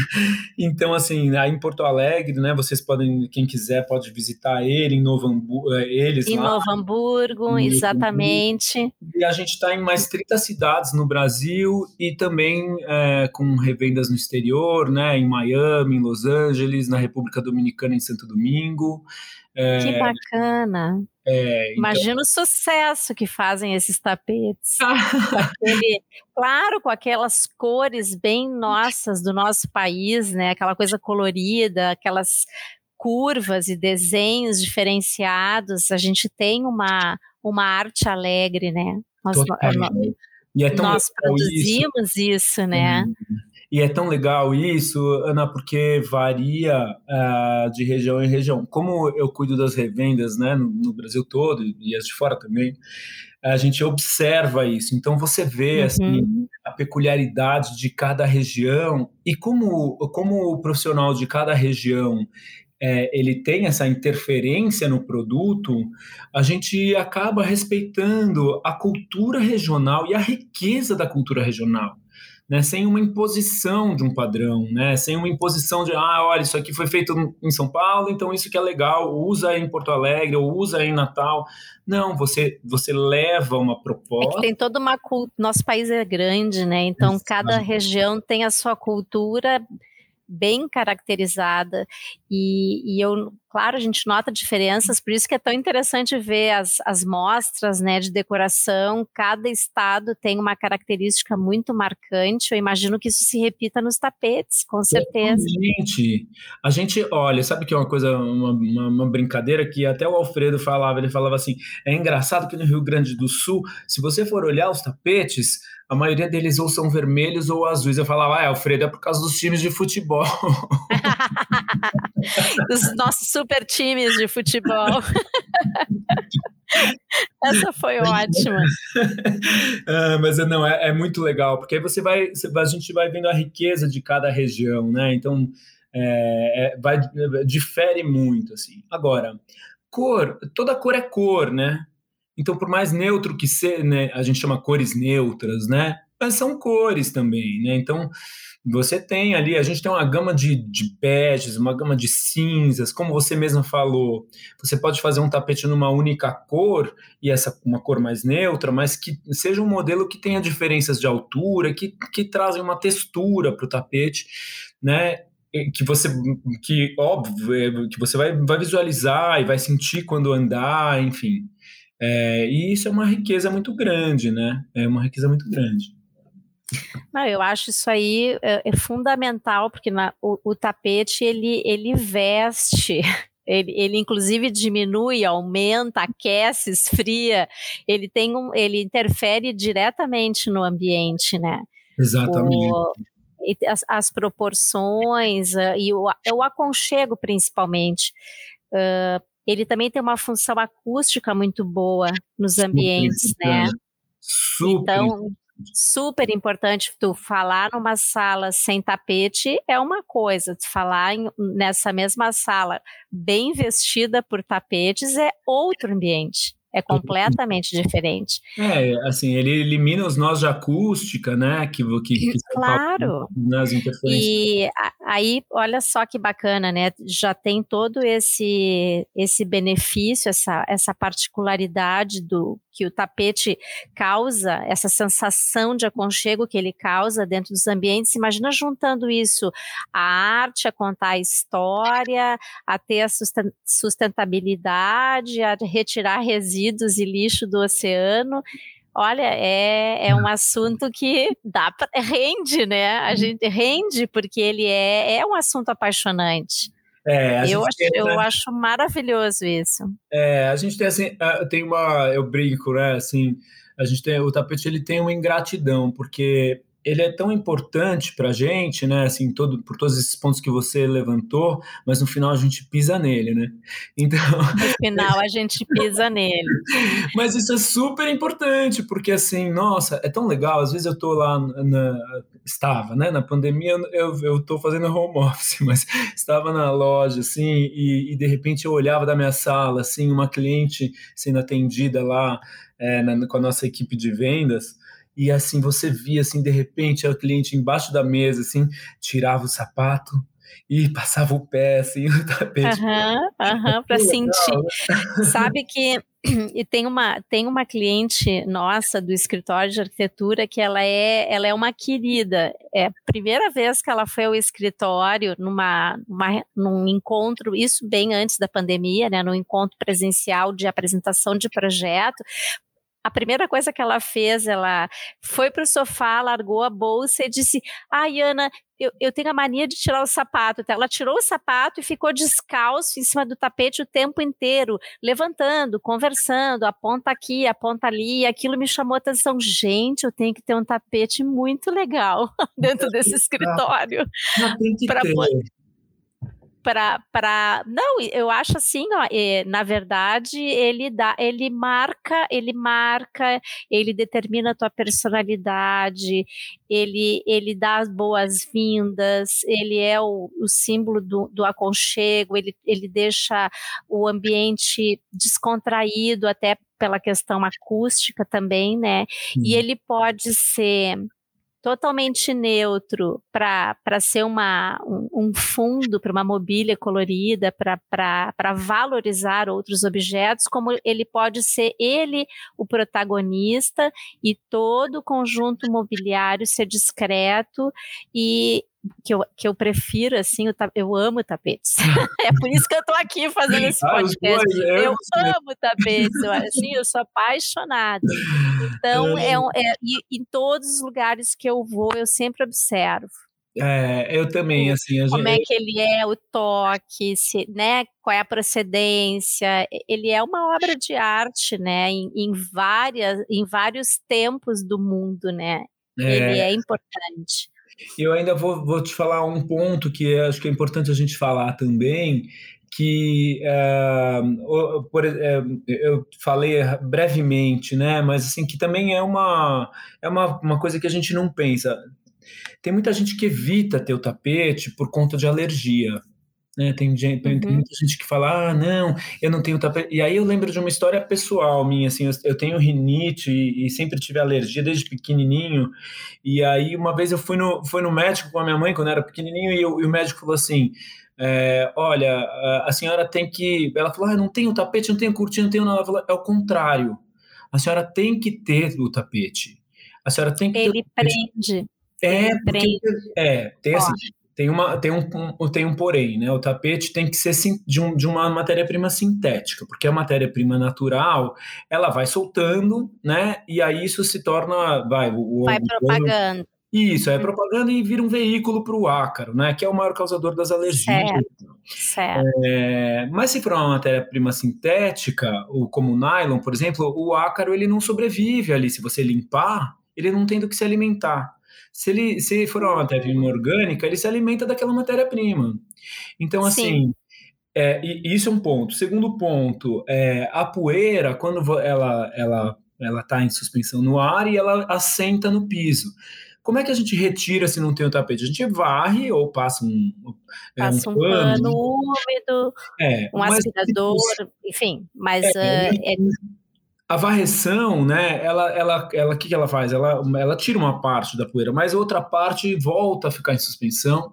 então, assim, aí em Porto Alegre, né? Vocês podem, quem quiser, pode visitar ele em Novo Hamburgo, eles em lá. Novo Hamburgo, em exatamente. Hamburgo. E a gente está em mais trinta cidades no Brasil e também é, com revendas no exterior, né? Em Miami, em Los Angeles, na República Dominicana, em Santo Domingo. É, que bacana. É, então... Imagina o sucesso que fazem esses tapetes. com aquele, claro, com aquelas cores bem nossas do nosso país, né? Aquela coisa colorida, aquelas curvas e desenhos diferenciados. A gente tem uma, uma arte alegre, né? Nós, nós, e é tão nós produzimos isso, isso né? Hum. E é tão legal isso, Ana, porque varia uh, de região em região. Como eu cuido das revendas, né, no, no Brasil todo e as de fora também, a gente observa isso. Então você vê uhum. assim, a peculiaridade de cada região e como, como o profissional de cada região é, ele tem essa interferência no produto, a gente acaba respeitando a cultura regional e a riqueza da cultura regional. Né, sem uma imposição de um padrão, né, sem uma imposição de, ah, olha, isso aqui foi feito em São Paulo, então isso que é legal, usa em Porto Alegre, ou usa em Natal. Não, você, você leva uma proposta. É que tem toda uma cultura, nosso país é grande, né, então Exato. Cada região tem a sua cultura bem caracterizada e, e eu, claro, a gente nota diferenças, por isso que é tão interessante ver as, as mostras, né, de decoração. Cada estado tem uma característica muito marcante. Eu imagino que isso se repita nos tapetes, com certeza. Gente, a gente, olha, sabe que é uma coisa, uma, uma, uma brincadeira que até o Alfredo falava, ele falava assim, é engraçado que no Rio Grande do Sul, se você for olhar os tapetes, a maioria deles ou são vermelhos ou azuis. Eu falava, ah, Alfredo, é por causa dos times de futebol. Os nossos super times de futebol. Essa foi ótima. ah, mas não, é, é muito legal, porque aí você vai, a gente vai vendo a riqueza de cada região, né? Então, é, é, vai, difere muito, assim. Agora, cor, toda cor é cor, né? Então, por mais neutro que seja, né, a gente chama cores neutras, né? Mas são cores também, né? Então, você tem ali, a gente tem uma gama de, de beges, uma gama de cinzas, como você mesma falou. Você pode fazer um tapete numa única cor, e essa uma cor mais neutra, mas que seja um modelo que tenha diferenças de altura, que, que trazem uma textura para o tapete, né? Que você, que óbvio, que você vai, vai visualizar e vai sentir quando andar, enfim. É, e isso é uma riqueza muito grande, né? É uma riqueza muito grande. Não, eu acho isso aí é, é fundamental, porque na, o, o tapete ele, ele veste, ele, ele inclusive diminui, aumenta, aquece, esfria, ele tem um, ele interfere diretamente no ambiente, né? Exatamente. O, as, as proporções uh, e o, o aconchego principalmente. Uh, ele também tem uma função acústica muito boa nos ambientes, né? Super Então, super importante tu falar numa sala sem tapete é uma coisa, tu falar em, nessa mesma sala bem vestida por tapetes é outro ambiente. É completamente diferente. É, assim, ele elimina os nós de acústica, né, que, que, que claro. nas interferências. E aí, olha só que bacana, né, já tem todo esse, esse benefício, essa, essa particularidade do que o tapete causa, essa sensação de aconchego que ele causa dentro dos ambientes. Imagina juntando isso à arte, a contar a história, a ter a sustentabilidade, a retirar resíduos e lixo do oceano. Olha, é, é um assunto que dá pra, rende, né? A gente rende porque ele é, é um assunto apaixonante. É, a eu gente acho, tem, eu né? acho maravilhoso isso. É, a gente tem assim, tem uma, eu brinco, né? Assim, a gente tem o tapete, ele tem uma ingratidão porque ele é tão importante para a gente, né? Assim, todo, por todos esses pontos que você levantou, mas no final a gente pisa nele, né? Então. No final a gente pisa nele. Mas isso é super importante, porque assim, nossa, é tão legal. Às vezes eu tô lá na, estava, né? Na pandemia eu, eu tô fazendo home office, mas estava na loja, assim, e, e de repente eu olhava da minha sala, assim, uma cliente sendo atendida lá é, na, com a nossa equipe de vendas. E assim, você via, assim, de repente, a cliente embaixo da mesa, assim, tirava o sapato e passava o pé, assim, no tapete. Aham, aham, para sentir. Sabe que e tem uma, tem uma cliente nossa do escritório de arquitetura que ela é, ela é uma querida. É a primeira vez que ela foi ao escritório numa, numa, num encontro, isso bem antes da pandemia, né, num encontro presencial de apresentação de projeto. A primeira coisa que ela fez, ela foi para o sofá, largou a bolsa e disse: ai, Ana, eu, eu tenho a mania de tirar o sapato. Então, ela tirou o sapato e ficou descalço em cima do tapete o tempo inteiro, levantando, conversando, aponta aqui, aponta ali, e aquilo me chamou a atenção. Gente, eu tenho que ter um tapete muito legal dentro desse escritório. Não, tem que pra ter. Para não, eu acho assim, ó, é, na verdade ele dá, ele marca, ele marca, ele determina a tua personalidade, ele, ele dá as boas-vindas, ele é o, o símbolo do, do aconchego, ele, ele deixa o ambiente descontraído até pela questão acústica também, né? Hum. E ele pode ser totalmente neutro para ser uma, um, um fundo para uma mobília colorida, para valorizar outros objetos, como ele pode ser ele o protagonista e todo o conjunto mobiliário ser discreto e que eu, que eu prefiro, assim, eu amo tapetes. É por isso que eu estou aqui fazendo esse podcast. Ah, eu, eu amo tapetes, eu, assim, eu sou apaixonada. Então, é, é, e, em todos os lugares que eu vou, eu sempre observo. É, eu também, assim... A como gente... é que ele é, o toque, se, né, qual é a procedência. Ele é uma obra de arte, né, em, em, várias, em vários tempos do mundo, né. É... Ele é importante. Eu ainda vou, vou te falar um ponto que acho que é importante a gente falar também, que uh, por, uh, eu falei brevemente, né? Mas assim, que também é uma, é uma, uma coisa que a gente não pensa. Tem muita gente que evita ter o tapete por conta de alergia. Né? Tem, gente, uhum. tem muita gente que fala, ah, não, eu não tenho tapete. E aí eu lembro de uma história pessoal minha, assim, eu, eu tenho rinite e, e sempre tive alergia desde pequenininho. E aí uma vez eu fui no, fui no médico com a minha mãe quando eu era pequenininho e, eu, e o médico falou assim, é, olha, a, a senhora tem que... Ela falou, ah, não tenho tapete, não tenho cortina, não tenho nada. Ela falou, é o contrário, a senhora tem que ter o tapete. A senhora tem que ter Ele prende. É, Ele porque, prende. é, tem assim... Tem, uma, tem, um, um, tem um porém, né? O tapete tem que ser de, um, de uma matéria-prima sintética, porque a matéria-prima natural, ela vai soltando, né? E aí isso se torna... Vai, o, vai o, propagando. Isso, é propaganda e vira um veículo para o ácaro, né, que é o maior causador das alergias. Certo, certo. É, mas se for uma matéria-prima sintética, ou como o nylon, por exemplo, o ácaro ele não sobrevive ali. Se você limpar, ele não tem do que se alimentar. Se ele se for uma matéria-prima orgânica, ele se alimenta daquela matéria-prima. Então, Sim. assim, é, e isso é um ponto. Segundo ponto, é, a poeira, quando vo- ela ela ela está em suspensão no ar e ela assenta no piso. Como é que a gente retira se não tem o tapete? A gente varre ou passa um, é, um Passa um pano, pano úmido, é, um mas aspirador, enfim, é, mas, hã, é a varreção, né, ela, ela, ela, o que que ela faz? Ela, ela tira uma parte da poeira, mas outra parte volta a ficar em suspensão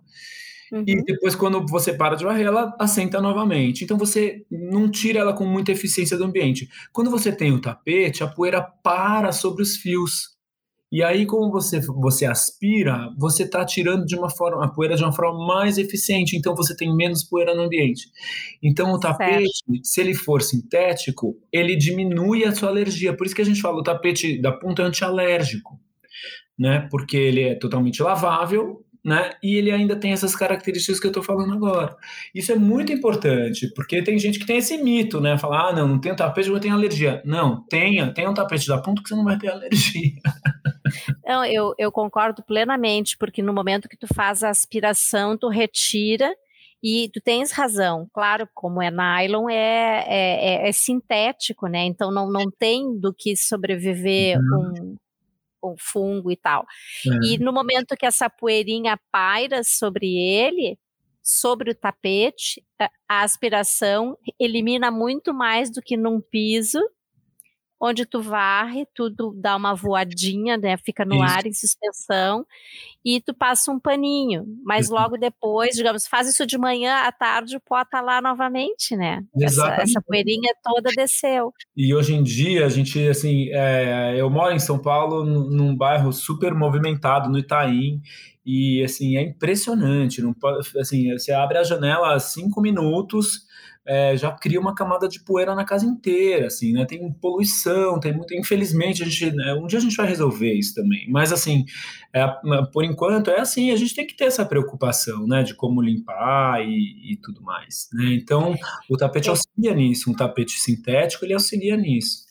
e uhum, depois quando você para de varrer, ela assenta novamente. Então você não tira ela com muita eficiência do ambiente. Quando você tem o tapete, a poeira para sobre os fios. E aí, como você, você aspira, você está tirando de uma forma, a poeira de uma forma mais eficiente, então você tem menos poeira no ambiente. Então, o certo. tapete, se ele for sintético, ele diminui a sua alergia. Por isso que a gente fala, o tapete da ponta é antialérgico, né? Porque ele é totalmente lavável, né? E ele ainda tem essas características que eu estou falando agora. Isso é muito importante, porque tem gente que tem esse mito, né? Falar, ah, não, não tenho tapete, eu tenho alergia. Não, tenha, tenha um tapete da ponta que você não vai ter alergia. Não, eu eu concordo plenamente, porque no momento que tu faz a aspiração, tu retira e tu tens razão. Claro, como é nylon, é é é é sintético, né, então não não tem do que sobreviver um um fungo e tal. E É, no momento que essa poeirinha paira sobre ele, sobre o tapete, a a aspiração elimina muito mais do que num piso, onde tu varre, tudo dá uma voadinha, né, fica no isso. ar em suspensão, e tu passa um paninho, mas logo depois, digamos, faz isso de manhã, à tarde o pó tá lá novamente, né, essa essa Exatamente. poeirinha toda desceu. E hoje em dia, a gente, assim, é, eu moro em São Paulo, num, num bairro super movimentado, no Itaim, e, assim, é impressionante. Não pode, assim, você abre a janela há cinco minutos, é, já cria uma camada de poeira na casa inteira, assim, né? Tem poluição, tem muito. Infelizmente, a gente, né, um dia a gente vai resolver isso também. Mas, assim, é, por enquanto, é assim, a gente tem que ter essa preocupação, né, de como limpar e, e tudo mais, né? Então, o tapete Eu auxilia nisso, um tapete sintético, ele auxilia nisso.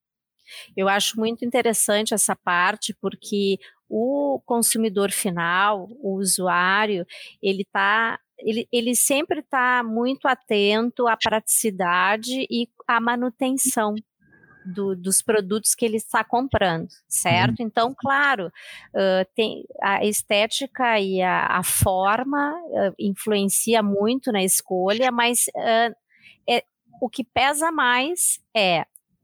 Eu acho muito interessante essa parte, porque o consumidor final, o usuário, ele tá ele ele sempre está muito atento à praticidade e à manutenção do dos produtos que ele está comprando, Hum, certo? Então, claro, hã, tem a estética e a a forma, hã, influencia muito na escolha, mas, hã, eh, o que pesa mais é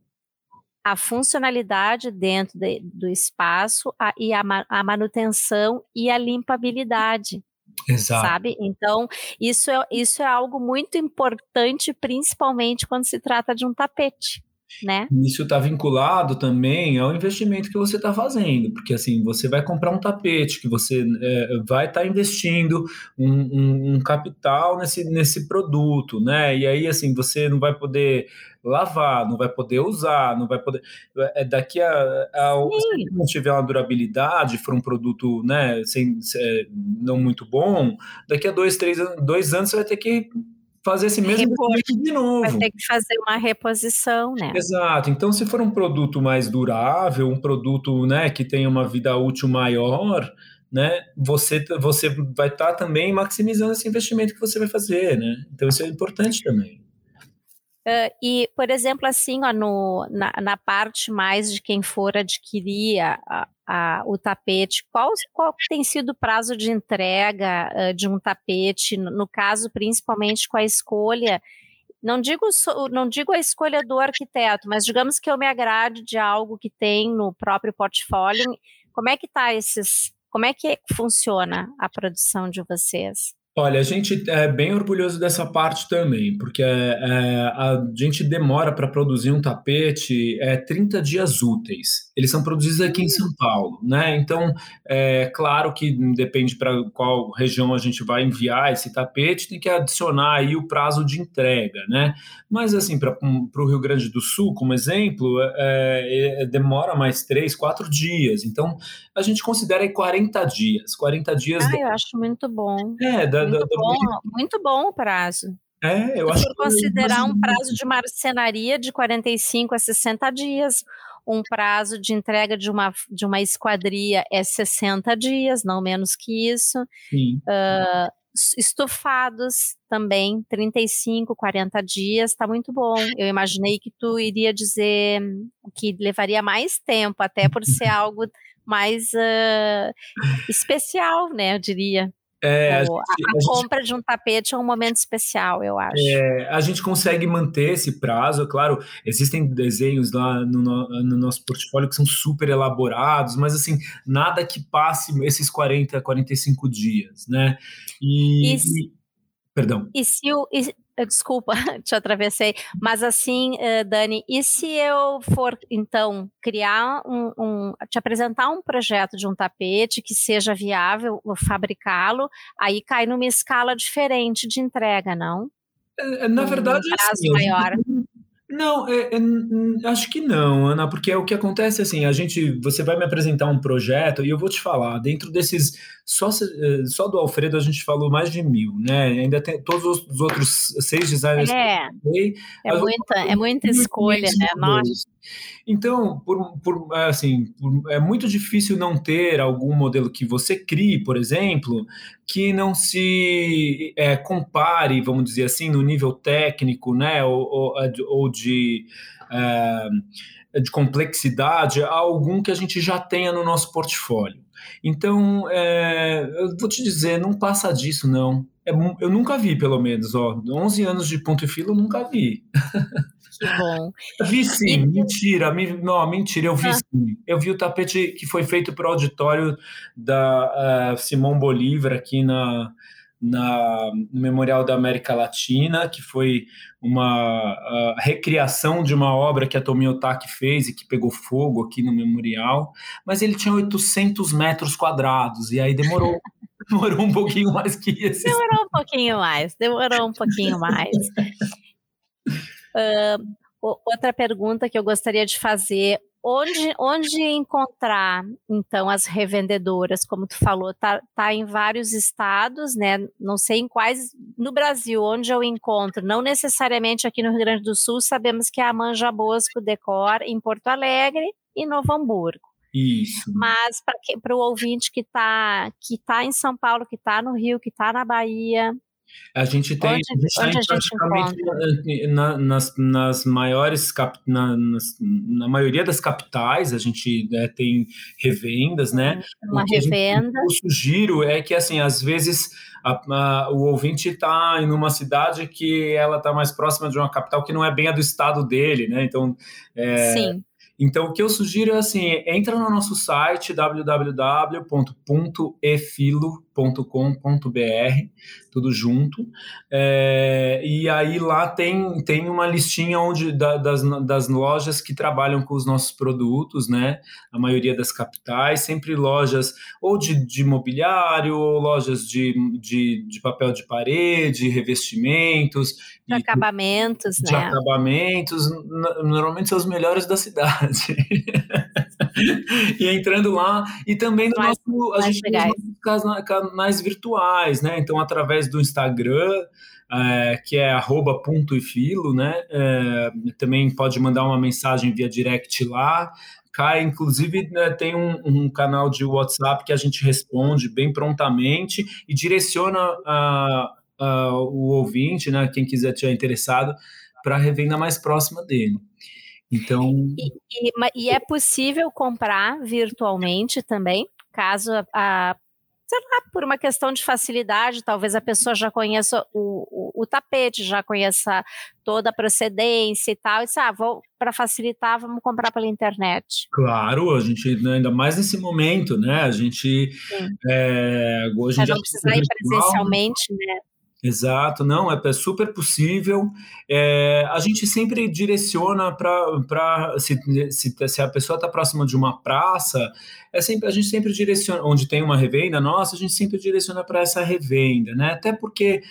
a funcionalidade dentro de do espaço, a e a ma a manutenção e a limpabilidade, exato. sabe. Então, isso é isso é algo muito importante, principalmente quando se trata de um tapete, né. Isso está vinculado também ao investimento que você está fazendo, porque assim, você vai comprar um tapete que você é, vai estar tá investindo um, um, um capital nesse, nesse produto, né? E aí, assim, você não vai poder lavar, não vai poder usar, não vai poder. É, daqui a, a se ele Sim, não tiver uma durabilidade, for um produto, né, sem, é, não muito bom, daqui a dois, três, an- dois anos você vai ter que fazer esse mesmo repor, investimento de vai novo. ter que fazer uma reposição, né. Exato. Então, se for um produto mais durável, um produto, né, que tenha uma vida útil maior, né, você você vai estar também maximizando esse investimento que você vai fazer, né. Então isso é importante também. Hã, e, por exemplo, assim, ó, no na na parte mais de quem for adquirir a a a o tapete, qual qual tem sido o prazo de entrega, hã, de um tapete, no no caso, principalmente com a escolha, não digo so não digo a escolha do arquiteto, mas digamos que eu me agrade de algo que tem no próprio portfólio, como é que tá esses como é que funciona a produção de vocês? Olha, a gente é bem orgulhoso dessa parte também, porque, eh, a gente demora para produzir um tapete, eh, trinta dias úteis. Eles são produzidos aqui em São Hum. Paulo, né, então, é claro que depende para qual região a gente vai enviar esse tapete, tem que adicionar aí o prazo de entrega, né. Mas assim, para um para o Rio Grande do Sul, como exemplo, eh eh, demora mais três, quatro dias, então a gente considera aí quarenta dias, quarenta dias da Ah, eu acho muito bom, é, da da muito do bom, momento muito bom o prazo. É, eu Se acho for que é considerar um prazo de marcenaria de quarenta e cinco a sessenta dias, um prazo de entrega de uma f de uma esquadria é sessenta dias, não menos que isso. Sim. Hã, es estofados também, trinta e cinco, quarenta dias, tá muito bom. Eu imaginei que tu iria dizer que levaria mais tempo, até por ser algo mais, hã, especial, né, eu diria. É, a O a gente a a gente compra de um tapete é um momento especial, eu acho. É, a gente consegue manter esse prazo, é claro, existem desenhos lá no no no nosso portfólio que são super elaborados, mas assim, nada que passe esses quarenta, quarenta e cinco dias, né. E E s e perdão. e se o e desculpa, te atravessei, mas assim, hã, Dani, e se eu for então criar um um te apresentar um projeto de um tapete que seja viável o fabricá-lo, aí cai numa escala diferente de entrega, não? É é, na Num num verdade, prazo assim, a gente maior. não, eh eh, n n acho que não, Ana, porque o que acontece, assim, a gente você vai me apresentar um projeto e eu vou te falar, dentro desses só se eh, só do Alfredo a gente falou mais de mil, né, ainda tem todos os os outros seis designers que eu É, falei, é mas vamos muita falar é de muita mil e escolha, quinhentos né, nossa. modelos. Então, por por assim, por é muito difícil não ter algum modelo que você crie, por exemplo, que não se, eh, compare, vamos dizer assim, no nível técnico, né, ou ou a de ou de, eh, de complexidade a algum que a gente já tenha no nosso portfólio. Então, eh, eu vou te dizer, não passa disso não. É mu eu nunca vi pelo menos, ó, onze anos de ponto e filo, eu nunca vi. Que bom. Vi E sim, mentira, me não, mentira, eu vi Hã. sim. Eu vi o tapete que foi feito para o auditório da, eh, Simón Bolívar aqui na na no Memorial da América Latina, que foi uma, hã, recriação de uma obra que a Tomi Otaki fez e que pegou fogo aqui no memorial, mas ele tinha oitocentos metros quadrados, e aí demorou demorou um pouquinho mais que esses. Demorou um pouquinho mais, demorou um pouquinho mais. Hã, o outra pergunta que eu gostaria de fazer, onde onde encontrar, então, as revendedoras? Como tu falou, tá tá em vários estados, né, não sei em quais no Brasil, onde eu encontro, não necessariamente aqui no Rio Grande do Sul, sabemos que é a Manja Bosco Decor em Porto Alegre e Novo Hamburgo. Isso. Mas pra que para o ouvinte que tá que tá em São Paulo, que tá no Rio, que tá na Bahia A gente tem onde a gente tá onde em a gente praticamente encontra? na nas nas maiores cap na nas na maioria das capitais, a gente, né, tem revendas, né. Uhum, O uma que a gente o que revenda. eu sugiro é que, assim, às vezes a a o ouvinte tá em uma cidade que ela tá mais próxima de uma capital que não é bem a do estado dele, né, então, eh, Sim. então o que eu sugiro é assim, entra no nosso site w w w ponto punto e filo ponto com ponto br, tudo junto, eh, e aí lá tem tem uma listinha onde da das das lojas que trabalham com os nossos produtos, né, a maioria das capitais, sempre lojas ou de de mobiliário ou lojas de de de papel de parede, revestimentos De e acabamentos, de né. acabamentos, no normalmente são os melhores da cidade. E entrando lá e também Os no mais nosso a mais gente tem os legais. nossos cana canais virtuais, né, então através do Instagram, eh, que é arroba ponto e filo, né, eh, também pode mandar uma mensagem via direct lá, cai inclusive, né, tem um um canal de WhatsApp que a gente responde bem prontamente e direciona a a o ouvinte, né, quem quiser tiver interessado, pra revenda mais próxima dele. Então E e ma e é possível comprar virtualmente também? Caso a sei lá, por uma questão de facilidade, talvez a pessoa já conheça o o o tapete, já conheça toda a procedência e tal, e disse, ah, vou, para facilitar, vamos comprar pela internet. Claro, a gente, ainda mais nesse momento, né, a gente, é, hoje em Para dia não precisar ir presencialmente, né? Exato, não, é, é super possível. É, a gente sempre direciona para se, se, se a pessoa está próxima de uma praça, é sempre, a gente sempre direciona, onde tem uma revenda, nossa, a gente sempre direciona para essa revenda, né? Até porque,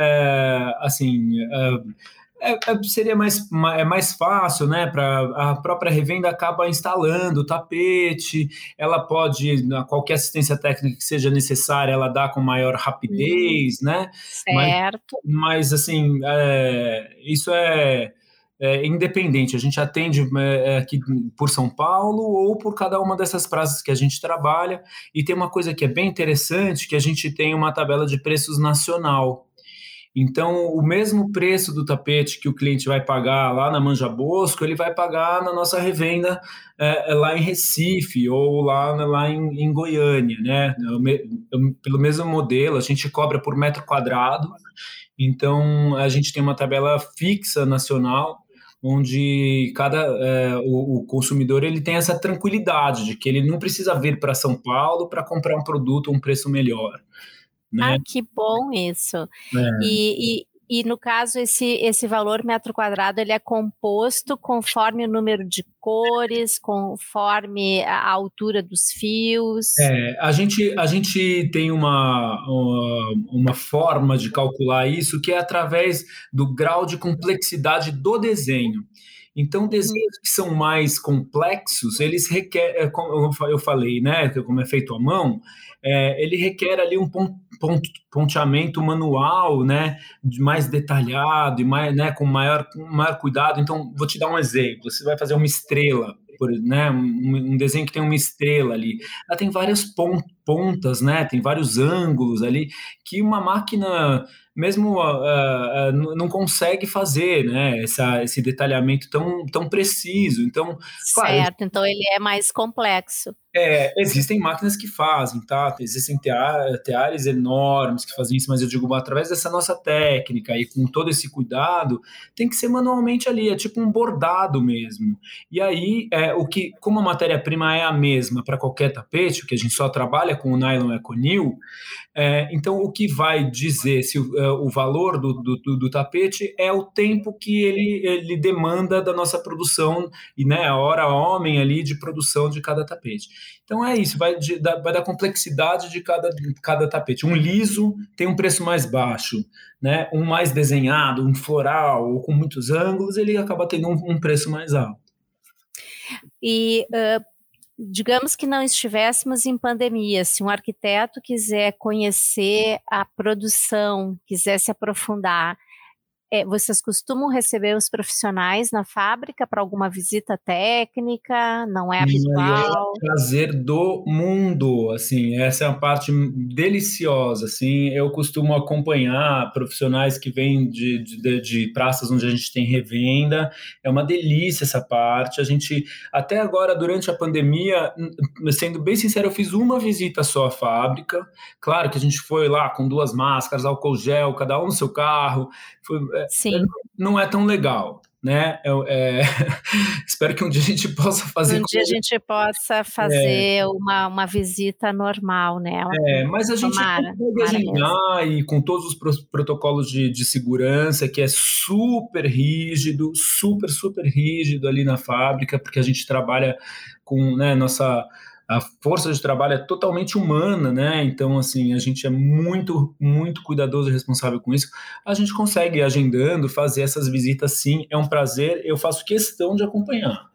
é, assim, é, é, é, seria mais, é mais fácil, né? Para a própria revenda acaba instalando o tapete, ela pode, qualquer assistência técnica que seja necessária, ela dá com maior rapidez, hum, né? Certo. Mas, mas assim, é, isso é, é independente. A gente atende é, aqui por São Paulo ou por cada uma dessas praças que a gente trabalha. E tem uma coisa que é bem interessante, que a gente tem uma tabela de preços nacional. Então, o mesmo preço do tapete que o cliente vai pagar lá na Manja Bosco, ele vai pagar na nossa revenda é, lá em Recife ou lá, lá em, em Goiânia, né? Pelo mesmo modelo, a gente cobra por metro quadrado, então a gente tem uma tabela fixa nacional, onde cada é, o, o consumidor ele tem essa tranquilidade de que ele não precisa vir para São Paulo para comprar um produto a um preço melhor. Né? Ah, que bom isso. É. E, e, e no caso, esse, esse valor metro quadrado, ele é composto conforme o número de cores, conforme a altura dos fios? É, a gente, a gente tem uma, uma, uma forma de calcular isso que é através do grau de complexidade do desenho. Então, desenhos que são mais complexos, eles requerem, como eu falei, né, como é feito à mão, é, ele requer ali um pont, pont, ponteamento manual, né, mais detalhado e mais, né, com maior, com maior cuidado. Então, vou te dar um exemplo. Você vai fazer uma estrela, por, né, um, um desenho que tem uma estrela ali. Ela tem várias pontas, né, tem vários ângulos ali, que uma máquina mesmo uh, uh, não consegue fazer, né, essa, esse detalhamento tão, tão preciso. Então, claro, certo, então ele é mais complexo. É, existem máquinas que fazem, tá? Existem teares enormes que fazem isso, mas eu digo, através dessa nossa técnica e com todo esse cuidado, tem que ser manualmente ali, é tipo um bordado mesmo. E aí, é, o que, como a matéria-prima é a mesma para qualquer tapete, que a gente só trabalha com o nylon Econil, é, então o que vai dizer se o, é, o valor do, do, do tapete é o tempo que ele, ele demanda da nossa produção e, né, a hora homem ali de produção de cada tapete. Então é isso, vai, de, da, vai da complexidade de cada, de cada tapete. Um liso tem um preço mais baixo, né? Um mais desenhado, um floral ou com muitos ângulos, ele acaba tendo um, um preço mais alto. E uh, digamos que não estivéssemos em pandemia, se um arquiteto quiser conhecer a produção, quiser se aprofundar, É, vocês costumam receber os profissionais na fábrica para alguma visita técnica? Não é habitual? É o prazer do mundo, assim, essa é a parte deliciosa, assim, eu costumo acompanhar profissionais que vêm de, de, de praças onde a gente tem revenda, é uma delícia essa parte, a gente, até agora, durante a pandemia, sendo bem sincero, eu fiz uma visita só à fábrica, claro que a gente foi lá com duas máscaras, álcool gel, cada um no seu carro, foi, Sim. não é tão legal, né? Eu, é, espero que um dia a gente possa fazer. Um dia a gente possa fazer é, uma, uma visita normal, né? É, mas a gente tomara, consegue agendar e com todos os protocolos de, de segurança, que é super rígido, super, super rígido ali na fábrica, porque a gente trabalha com, né, nossa... A força de trabalho é totalmente humana, né? Então, assim, a gente é muito, muito cuidadoso e responsável com isso. A gente consegue ir agendando, fazer essas visitas, sim. É um prazer. Eu faço questão de acompanhar.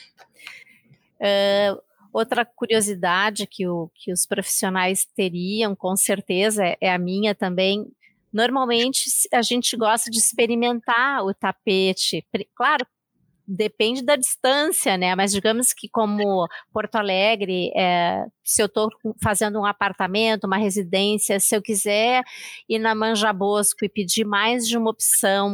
Uh, outra curiosidade que, o, que os profissionais teriam, com certeza, é, é a minha também. Normalmente, a gente gosta de experimentar o tapete. Claro, depende da distância, né? Mas digamos que como Porto Alegre, é, se eu estou fazendo um apartamento, uma residência, se eu quiser ir na Manja Bosco e pedir mais de uma opção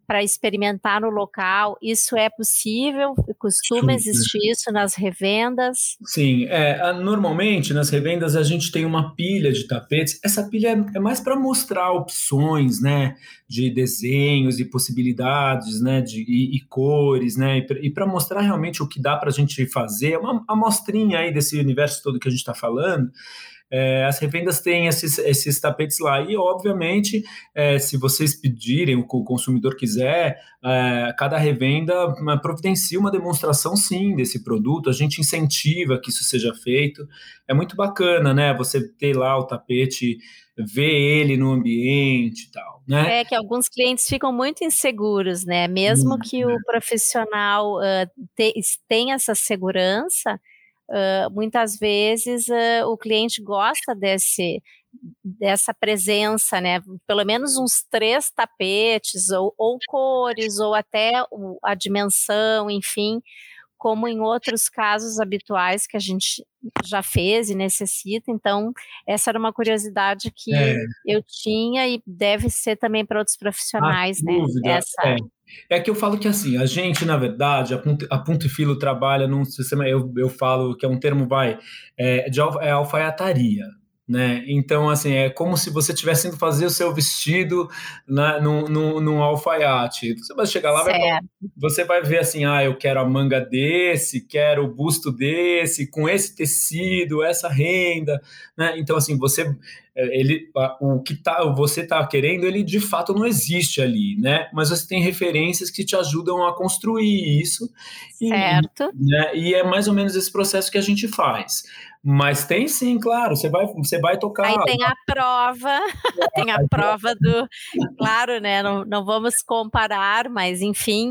para experimentar no local, isso é possível? Costuma existir isso nas revendas? Sim, é, normalmente nas revendas a gente tem uma pilha de tapetes. Essa pilha é, é mais para mostrar opções, né, de desenhos e possibilidades, né, de, e, e cores, né, e para mostrar realmente o que dá para a gente fazer, uma amostrinha aí desse universo todo que a gente está falando. É, as revendas têm esses, esses tapetes lá e, obviamente, é, se vocês pedirem, o, o consumidor quiser, é, cada revenda providencia uma demonstração, sim, desse produto, a gente incentiva que isso seja feito. É muito bacana, né, você ter lá o tapete, ver ele no ambiente e tal, né? É que alguns clientes ficam muito inseguros, né, mesmo Hum, que o profissional uh, te, tenha essa segurança, Uh, muitas vezes uh, o cliente gosta desse, dessa presença, né? Pelo menos uns três tapetes, ou, ou cores, ou até o, a dimensão, enfim, como em outros casos habituais que a gente já fez e necessita. Então, essa era uma curiosidade que é. eu tinha e deve ser também para outros profissionais, ah, né? Dúvida, Essa... é. É que eu falo que assim, a gente, na verdade, a Punto, a Punto e Filo trabalha num sistema, eu, eu falo que é um termo, vai, é, de é alfaiataria, né? Então, assim, é como se você estivesse indo fazer o seu vestido na, num, num, num alfaiate. Você vai chegar lá, vai, você vai ver assim, ah, eu quero a manga desse, quero o busto desse, com esse tecido, essa renda, né? Então, assim, você... Ele, o que tá, você está querendo, ele de fato não existe ali, né? Mas você tem referências que te ajudam a construir isso. Certo. E, né, e é mais ou menos esse processo que a gente faz. Mas tem sim, claro, você vai, você vai tocar. Aí tem a prova, tem a prova do... Claro, né? Não, não vamos comparar, mas enfim...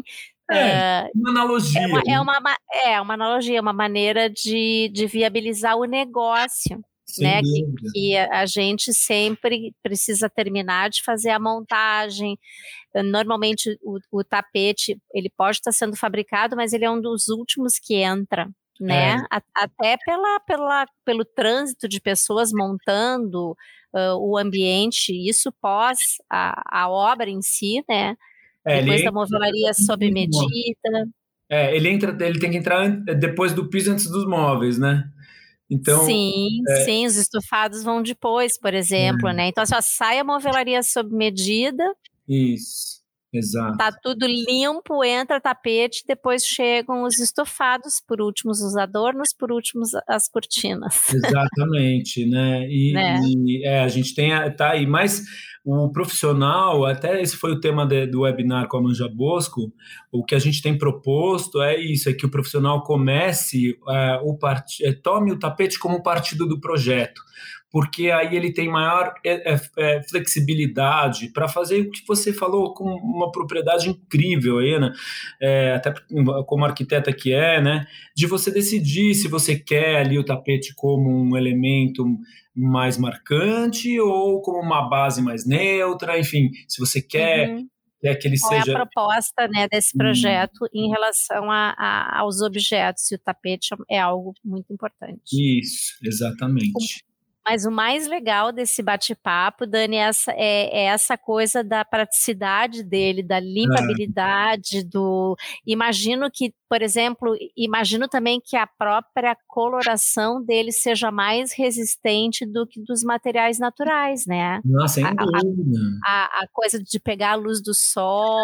É, uma analogia. É uma, é uma, é uma analogia, uma maneira de, de viabilizar o negócio. Sem né, que, dúvida. que a gente sempre precisa terminar de fazer a montagem. Normalmente o, o tapete, ele pode estar sendo fabricado, mas ele é um dos últimos que entra, né? É. Até pela, pela, pelo trânsito de pessoas montando uh, o ambiente, isso pós a, a obra em si, né? É, depois da movelaria sob medida. É, ele entra, ele tem que entrar depois do piso, antes dos móveis, né? Então, sim, é... sim, os estofados vão depois, por exemplo, é. né? Então, só sai a movelaria sob medida. Isso, exato. Tá tudo limpo, entra tapete, depois chegam os estofados, por último os adornos, por último as cortinas. Exatamente, né? E, né? e é, a gente tem, tá aí, mas o profissional, até esse foi o tema de, do webinar com a Manja Bosco, o que a gente tem proposto é isso, é que o profissional comece, é, o part... é, tome o tapete como partido do projeto, porque aí ele tem maior é, é, flexibilidade para fazer o que você falou com uma propriedade incrível aí, né? É, até como arquiteta que é, né? De você decidir se você quer ali o tapete como um elemento mais marcante ou como uma base mais neutra, enfim, se você quer... Uhum. É que ele Qual seja... é a proposta, né, desse projeto hum. em relação a, a, aos objetos, e o tapete é algo muito importante. Isso, exatamente. Mas o mais legal desse bate-papo, Dani, é essa, é, é essa coisa da praticidade dele, da limpabilidade, ah. do... Imagino que, por exemplo, imagino também que a própria coloração dele seja mais resistente do que dos materiais naturais, né? Nossa, sem dúvida. A, a, a coisa de pegar a luz do sol...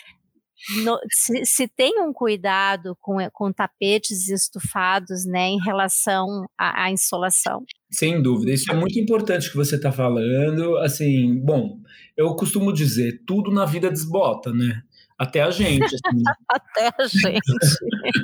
No, se, se tem um cuidado com, com tapetes estufados, né, em relação à, à insolação. Sem dúvida, isso é muito importante que você está falando. Assim, bom, eu costumo dizer, tudo na vida desbota, né? Até a gente. Assim. Até a gente.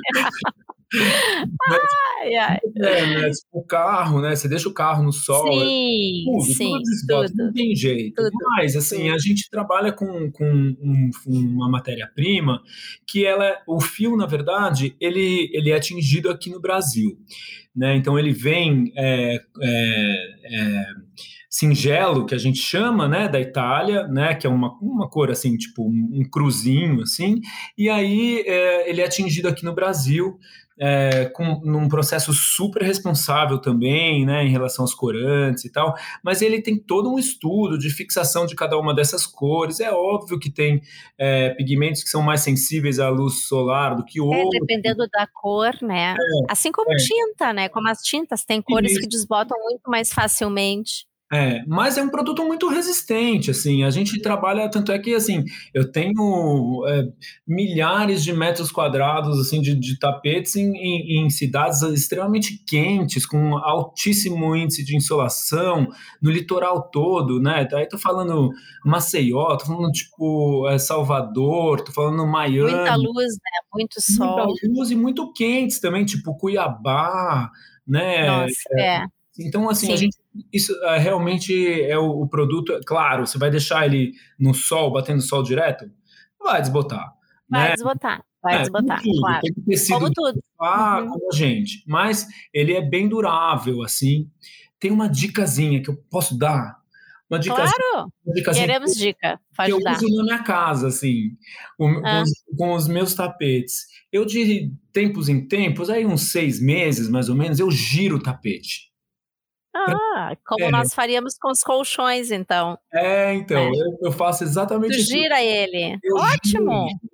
Mas, ai, ai. É, né? Tipo, o carro, né? Você deixa o carro no sol. Sim, tudo, sim, tudo desbota, tudo, não tem jeito. tudo, Mas, assim, tudo. a gente trabalha com, com um, uma matéria-prima que ela, o fio, na verdade, ele, ele é atingido aqui no Brasil, né? Então, ele vem é, é, é, singelo, que a gente chama, né, da Itália, né, que é uma, uma cor, assim, tipo um, um cruzinho, assim, e aí é, ele é atingido aqui no Brasil, é, com, num processo super responsável também, né, em relação aos corantes e tal, mas ele tem todo um estudo de fixação de cada uma dessas cores. É óbvio que tem é, pigmentos que são mais sensíveis à luz solar do que É, outros. dependendo da cor, né? Assim como É, tinta, né? Como as tintas, tem cores que desbotam muito mais facilmente. É, mas é um produto muito resistente, assim, a gente trabalha, tanto é que, assim, eu tenho é, milhares de metros quadrados, assim, de, de tapetes em, em, em cidades extremamente quentes, com altíssimo índice de insolação, no litoral todo, né, aí tô falando Maceió, tô falando, tipo, é, Salvador, tô falando Muita Miami, luz, né? Muito muita sol. luz e muito quentes também, tipo Cuiabá, né, Nossa, é. então, assim, a Sim. gente, isso é, realmente é o, o produto. Claro, você vai deixar ele no sol, batendo sol direto? Vai desbotar, Vai né? desbotar, vai É, como desbotar, tudo, claro. tem tecido Como de tudo. sofá, Uhum. como a gente, mas ele é bem durável, assim. Tem uma dicasinha que eu posso dar, uma dicasinha, Claro! uma dicasinha Queremos dica, que eu pode dar. uso na minha casa, assim, com, com Ah. os, com os meus tapetes. Eu, de tempos em tempos, aí uns seis meses, mais ou menos, eu giro o tapete. Ah, como É, nós faríamos com os colchões, então, É, então, né? eu, eu faço Tu exatamente isso. gira ele. Eu giro ele. Ótimo!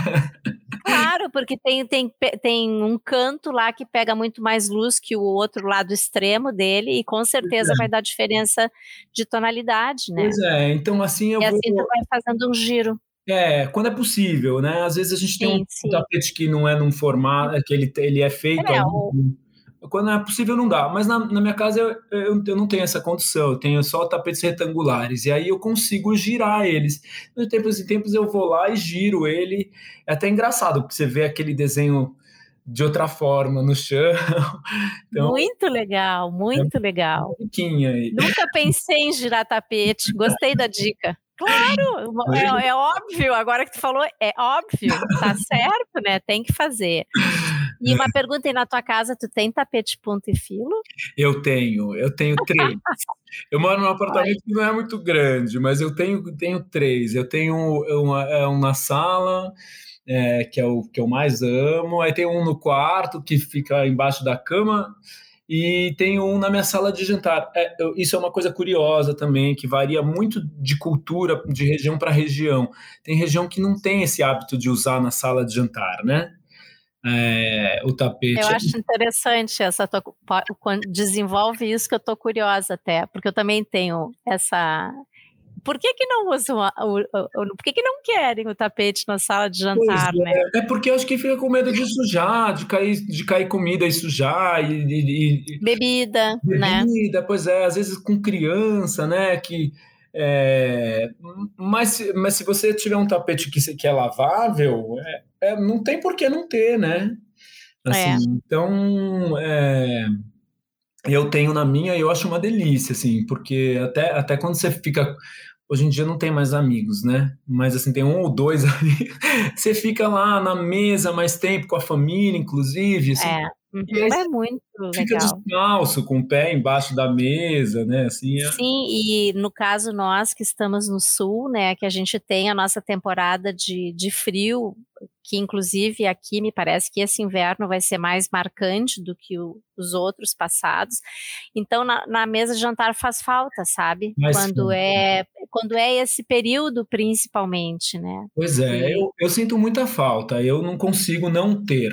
Claro, porque tem, tem, tem um canto lá que pega muito mais luz que o outro lado extremo dele e com certeza vai dar diferença de tonalidade, né? Pois é, então assim eu E vou. assim tu vai fazendo um giro. É, quando é possível, né? Às vezes a gente tem um, Sim, um sim. tapete que não é num formato, que ele, ele é feito É, ali. o, Quando é possível, não dá. Mas na, na minha casa eu, eu, eu não tenho essa condição, eu tenho só tapetes retangulares. E aí eu consigo girar eles. De tempos em tempos eu vou lá e giro ele. É até engraçado, porque você vê aquele desenho de outra forma no chão. Então, muito legal, é muito legal. uma diquinha aí. Nunca pensei em girar tapete, gostei da dica. Claro, é, é óbvio, agora que tu falou, é óbvio, tá certo, né? Tem que fazer. E uma pergunta aí, na tua casa, tu tem tapete ponto e filo? Eu tenho, eu tenho três. Eu moro num Olha, apartamento que não é muito grande, mas eu tenho, tenho três. Eu tenho uma, é um na sala, é, que é o que eu mais amo. Aí tem um no quarto, que fica embaixo da cama. E tem um na minha sala de jantar. É, eu, isso é uma coisa curiosa também, que varia muito de cultura, de região para região. Tem região que não tem esse hábito de usar na sala de jantar, né? É, o eu tapete. acho interessante essa tua, quando desenvolve isso que eu tô curiosa até, porque eu também tenho essa. Por que que não usam, a- o, o- o- por que que não querem o tapete na sala de Pois jantar, né? é, é porque eu acho que fica com medo de sujar, de cair, de cair comida e sujar, e, e- e- Bebida, né? bebida, pois é, às vezes com criança, né, que... é, mas, se- mas se você tiver um tapete que, se- que é lavável, é, é, não tem por que não ter, né? Assim, É. então, é, eu tenho na minha e eu acho uma delícia, assim, porque até, até quando você fica. Hoje em dia não tem mais amigos, né? Mas assim, tem um ou dois amigos. Você fica lá na mesa mais tempo com a família, inclusive, assim, É, e aí uhum, é você muito fica legal. descalço, com o pé embaixo da mesa, né? Assim, é... Sim, e no caso nós que estamos no sul, né, que a gente tem a nossa temporada de, de frio, que inclusive aqui me parece que esse inverno vai ser mais marcante do que o- os outros passados. Então na, na mesa de jantar faz falta, sabe? Mas, Quando é quando é esse período principalmente, né? pois é, Que eu, eu sinto muita falta, eu não consigo não ter.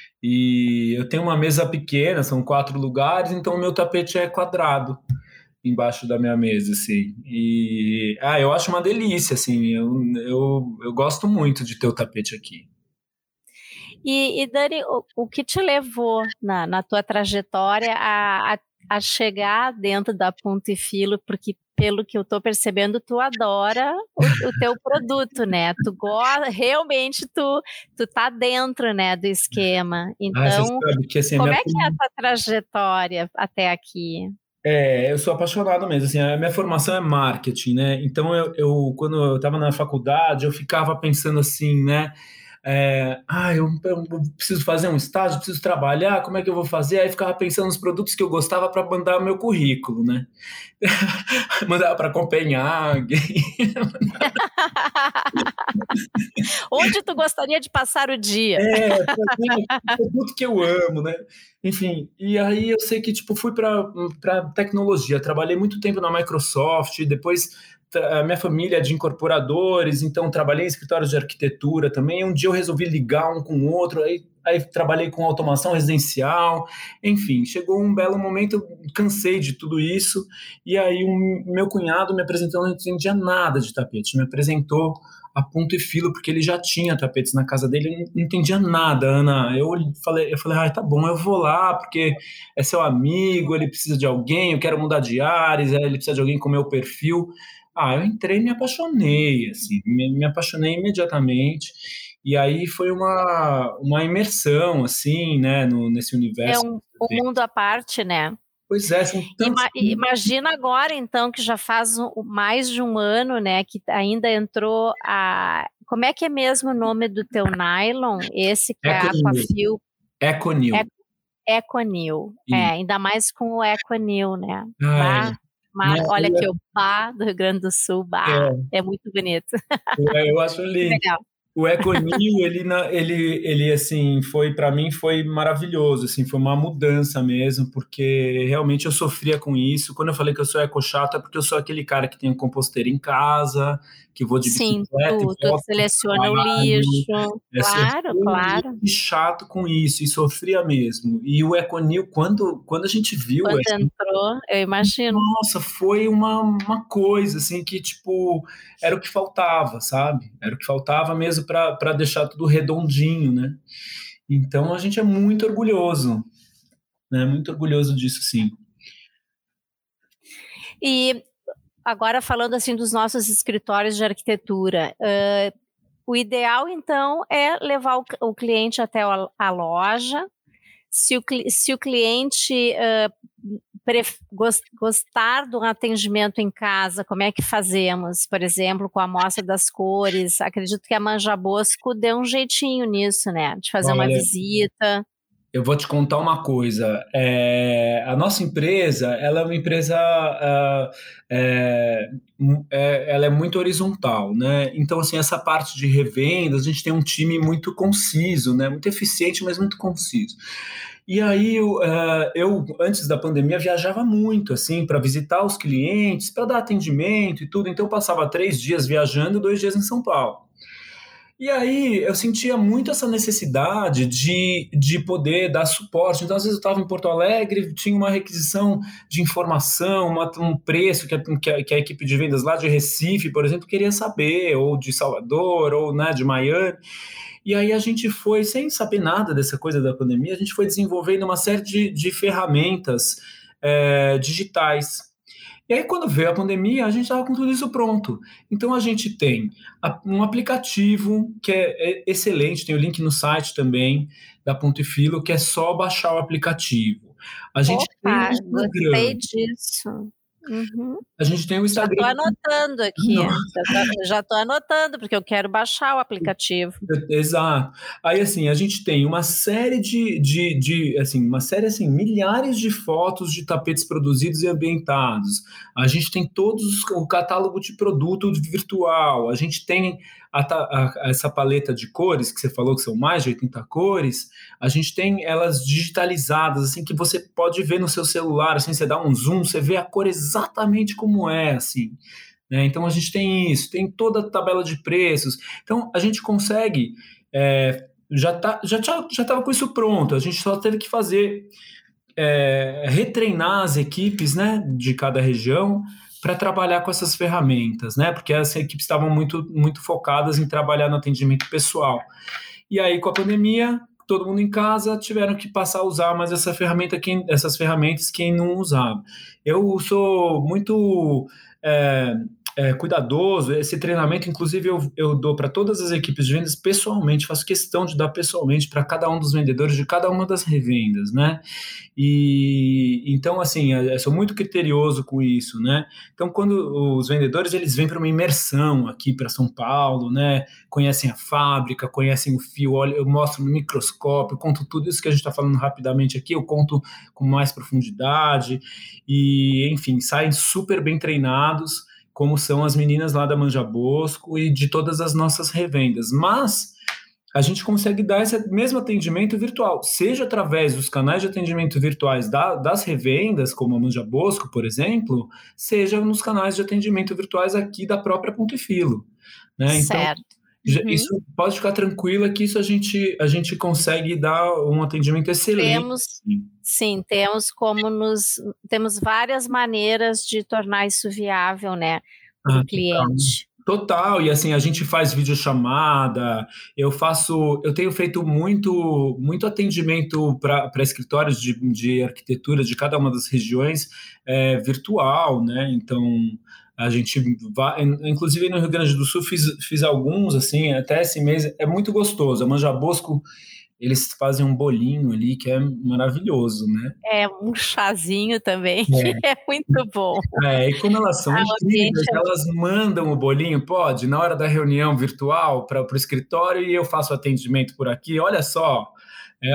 E eu tenho uma mesa pequena, são quatro lugares, então o meu tapete é quadrado embaixo da minha mesa, assim. E ah, eu acho uma delícia, assim. Eu, eu, eu gosto muito de ter o tapete aqui. E, e Dani, o, o que te levou na, na tua trajetória a, a, a chegar dentro da Ponto e Filo? Porque, pelo que eu estou percebendo, tu adora o, o teu produto, né? Tu gosta, realmente tu, tu tá dentro, né, do esquema. Ah, você Então, sabe que assim, a como minha, é que é a tua trajetória até aqui? é, eu sou apaixonado mesmo. Assim, a minha formação é marketing, né? Então eu, eu quando eu estava na faculdade, eu ficava pensando assim, né? é, ah, eu, eu preciso fazer um estágio, preciso trabalhar, como é que eu vou fazer? Aí ficava pensando nos produtos que eu gostava para mandar meu currículo, né? Mandava para Copenhague. Onde tu gostaria de passar o dia? É, fazia produto que eu amo, né? Enfim, e aí eu sei que tipo fui para para tecnologia, trabalhei muito tempo na Microsoft, depois a minha família é de incorporadores, então trabalhei em escritórios de arquitetura também. Um dia eu resolvi ligar um com o outro, aí, aí trabalhei com automação residencial, enfim, chegou um belo momento, eu cansei de tudo isso, e aí um, meu cunhado me apresentou, não entendia nada de tapete, me apresentou a ponto e filo, porque ele já tinha tapetes na casa dele, eu não entendia nada, Ana. Eu falei, eu falei, ah, tá bom, eu vou lá, porque é seu amigo, ele precisa de alguém, eu quero mudar de áreas, ele precisa de alguém com meu perfil. Ah, eu entrei e me apaixonei, assim, me, me apaixonei imediatamente. E aí foi uma, uma imersão, assim, né, no, nesse É universo. um, um mundo à parte, né? Pois é, são tantos... Ima, imagina agora, então, que já faz um, mais de um ano, né, que ainda entrou a... Como é que é mesmo o nome do teu nylon? Esse que é a Econil. Aquafil. Econil. Econil. É, ainda mais com o Econil, né? Ah, é. Bah, bah, Não, olha aqui, o Bah do Rio Grande do Sul, bah, é, é muito bonito. é, eu acho lindo. Legal. O Econil, ele, na- ele, ele, assim, foi, para mim, foi maravilhoso, assim, foi uma mudança mesmo, porque realmente eu sofria com isso. Quando eu falei que eu sou ecochato, é porque eu sou aquele cara que tem um composteiro em casa, que vou de Sim, bicicleta e tu, tu volto pro seleciona o trabalho. lixo, É, claro, sofria claro. e chato com isso, e sofria mesmo. E o Econil, quando, quando a gente viu, Quando assim, entrou, eu imagino. nossa, foi uma, uma coisa assim que tipo era o que faltava, sabe? Era o que faltava mesmo para para deixar tudo redondinho, né? Então a gente é muito orgulhoso, né? Muito orgulhoso disso, sim. E agora falando assim dos nossos escritórios de arquitetura, uh, o ideal então é levar o, o cliente até a, a loja. Se o, se o cliente uh, pref, gost, gostar do atendimento em casa, como é que fazemos? Por exemplo, com a amostra das cores, acredito que a Manja Bosco deu um jeitinho nisso, né? De fazer uma Olha, visita. eu vou te contar uma coisa. É, a nossa empresa, ela é uma empresa, ah, é, é, ela é muito horizontal, né? Então, assim, essa parte de revendas, a gente tem um time muito conciso, né? Muito eficiente, mas muito conciso. E aí, eu, eh, eu, antes da pandemia, viajava muito, assim, para visitar os clientes, para dar atendimento e tudo. Então, eu passava três dias viajando, dois dias em São Paulo. E aí eu sentia muito essa necessidade de, de poder dar suporte. Então, às vezes eu estava em Porto Alegre, tinha uma requisição de informação, uma, um preço que a, que, a, que a equipe de vendas lá de Recife, por exemplo, queria saber, ou de Salvador, ou né, de Miami. E aí a gente foi, sem saber nada dessa coisa da pandemia, a gente foi desenvolvendo uma série de, de ferramentas é, digitais. E aí, quando veio a pandemia, a gente estava com tudo isso pronto. Então, a gente tem um aplicativo que é excelente, tem o link no site também, da Ponto e Filo, que é só baixar o aplicativo. A gente tem o Opa, Instagram. gostei disso. Uhum. A gente tem o Já estou Instagram. anotando aqui. Já estou anotando, porque eu quero baixar o aplicativo. Exato. Aí, assim, a gente tem uma série de, de, de assim, uma série, assim, milhares de fotos de tapetes produzidos e ambientados. A gente tem todos o catálogo de produto virtual. A gente tem a, a, essa paleta de cores que você falou que são mais de oitenta cores. A gente tem elas digitalizadas, assim, que você pode ver no seu celular, assim, você dá um zoom, você vê a cor exatamente como é, assim. Né? Então a gente tem isso, tem toda a tabela de preços. Então a gente consegue, é, já tá, já já estava com isso pronto. A gente só teve que fazer é, retreinar as equipes, né, de cada região para trabalhar com essas ferramentas, né? Porque as equipes estavam muito muito focadas em trabalhar no atendimento pessoal. E aí com a pandemia todo mundo em casa tiveram que passar a usar mais essa ferramenta, quem, essas ferramentas quem não usava. Eu sou muito é, é, cuidadoso. Esse treinamento, inclusive, eu, eu dou para todas as equipes de vendas pessoalmente, faço questão de dar pessoalmente para cada um dos vendedores de cada uma das revendas, né? E então, assim, eu sou muito criterioso com isso, né? Então, quando os vendedores eles vêm para uma imersão aqui para São Paulo, né? Conhecem a fábrica, conhecem o fio, olha, eu mostro no microscópio, conto tudo isso que a gente está falando rapidamente aqui, eu conto com mais profundidade e, enfim, saem super bem treinados, como são as meninas lá da Manja Bosco e de todas as nossas revendas. Mas a gente consegue dar esse mesmo atendimento virtual, seja através dos canais de atendimento virtuais da, das revendas, como a Manja Bosco, por exemplo, seja nos canais de atendimento virtuais aqui da própria Ponto e Filo, né? Então, Certo. Uhum. isso pode ficar tranquila que isso a gente, a gente consegue dar um atendimento excelente. Temos, sim, temos como nos... Temos várias maneiras de tornar isso viável, né, para o ah, cliente. Total. Total, e assim, a gente faz videochamada, eu faço, eu tenho feito muito, muito atendimento para escritórios de, de arquitetura de cada uma das regiões é, virtual, né? Então, a gente vai, inclusive no Rio Grande do Sul, fiz, fiz alguns, assim, até esse mês, é muito gostoso. A Manja Bosco, eles fazem um bolinho ali que é maravilhoso, né? É, um chazinho também, que é, é muito bom. É, e como elas são ah, incríveis, é... elas mandam o bolinho, pode, na hora da reunião virtual para o escritório e eu faço atendimento por aqui, olha só. É...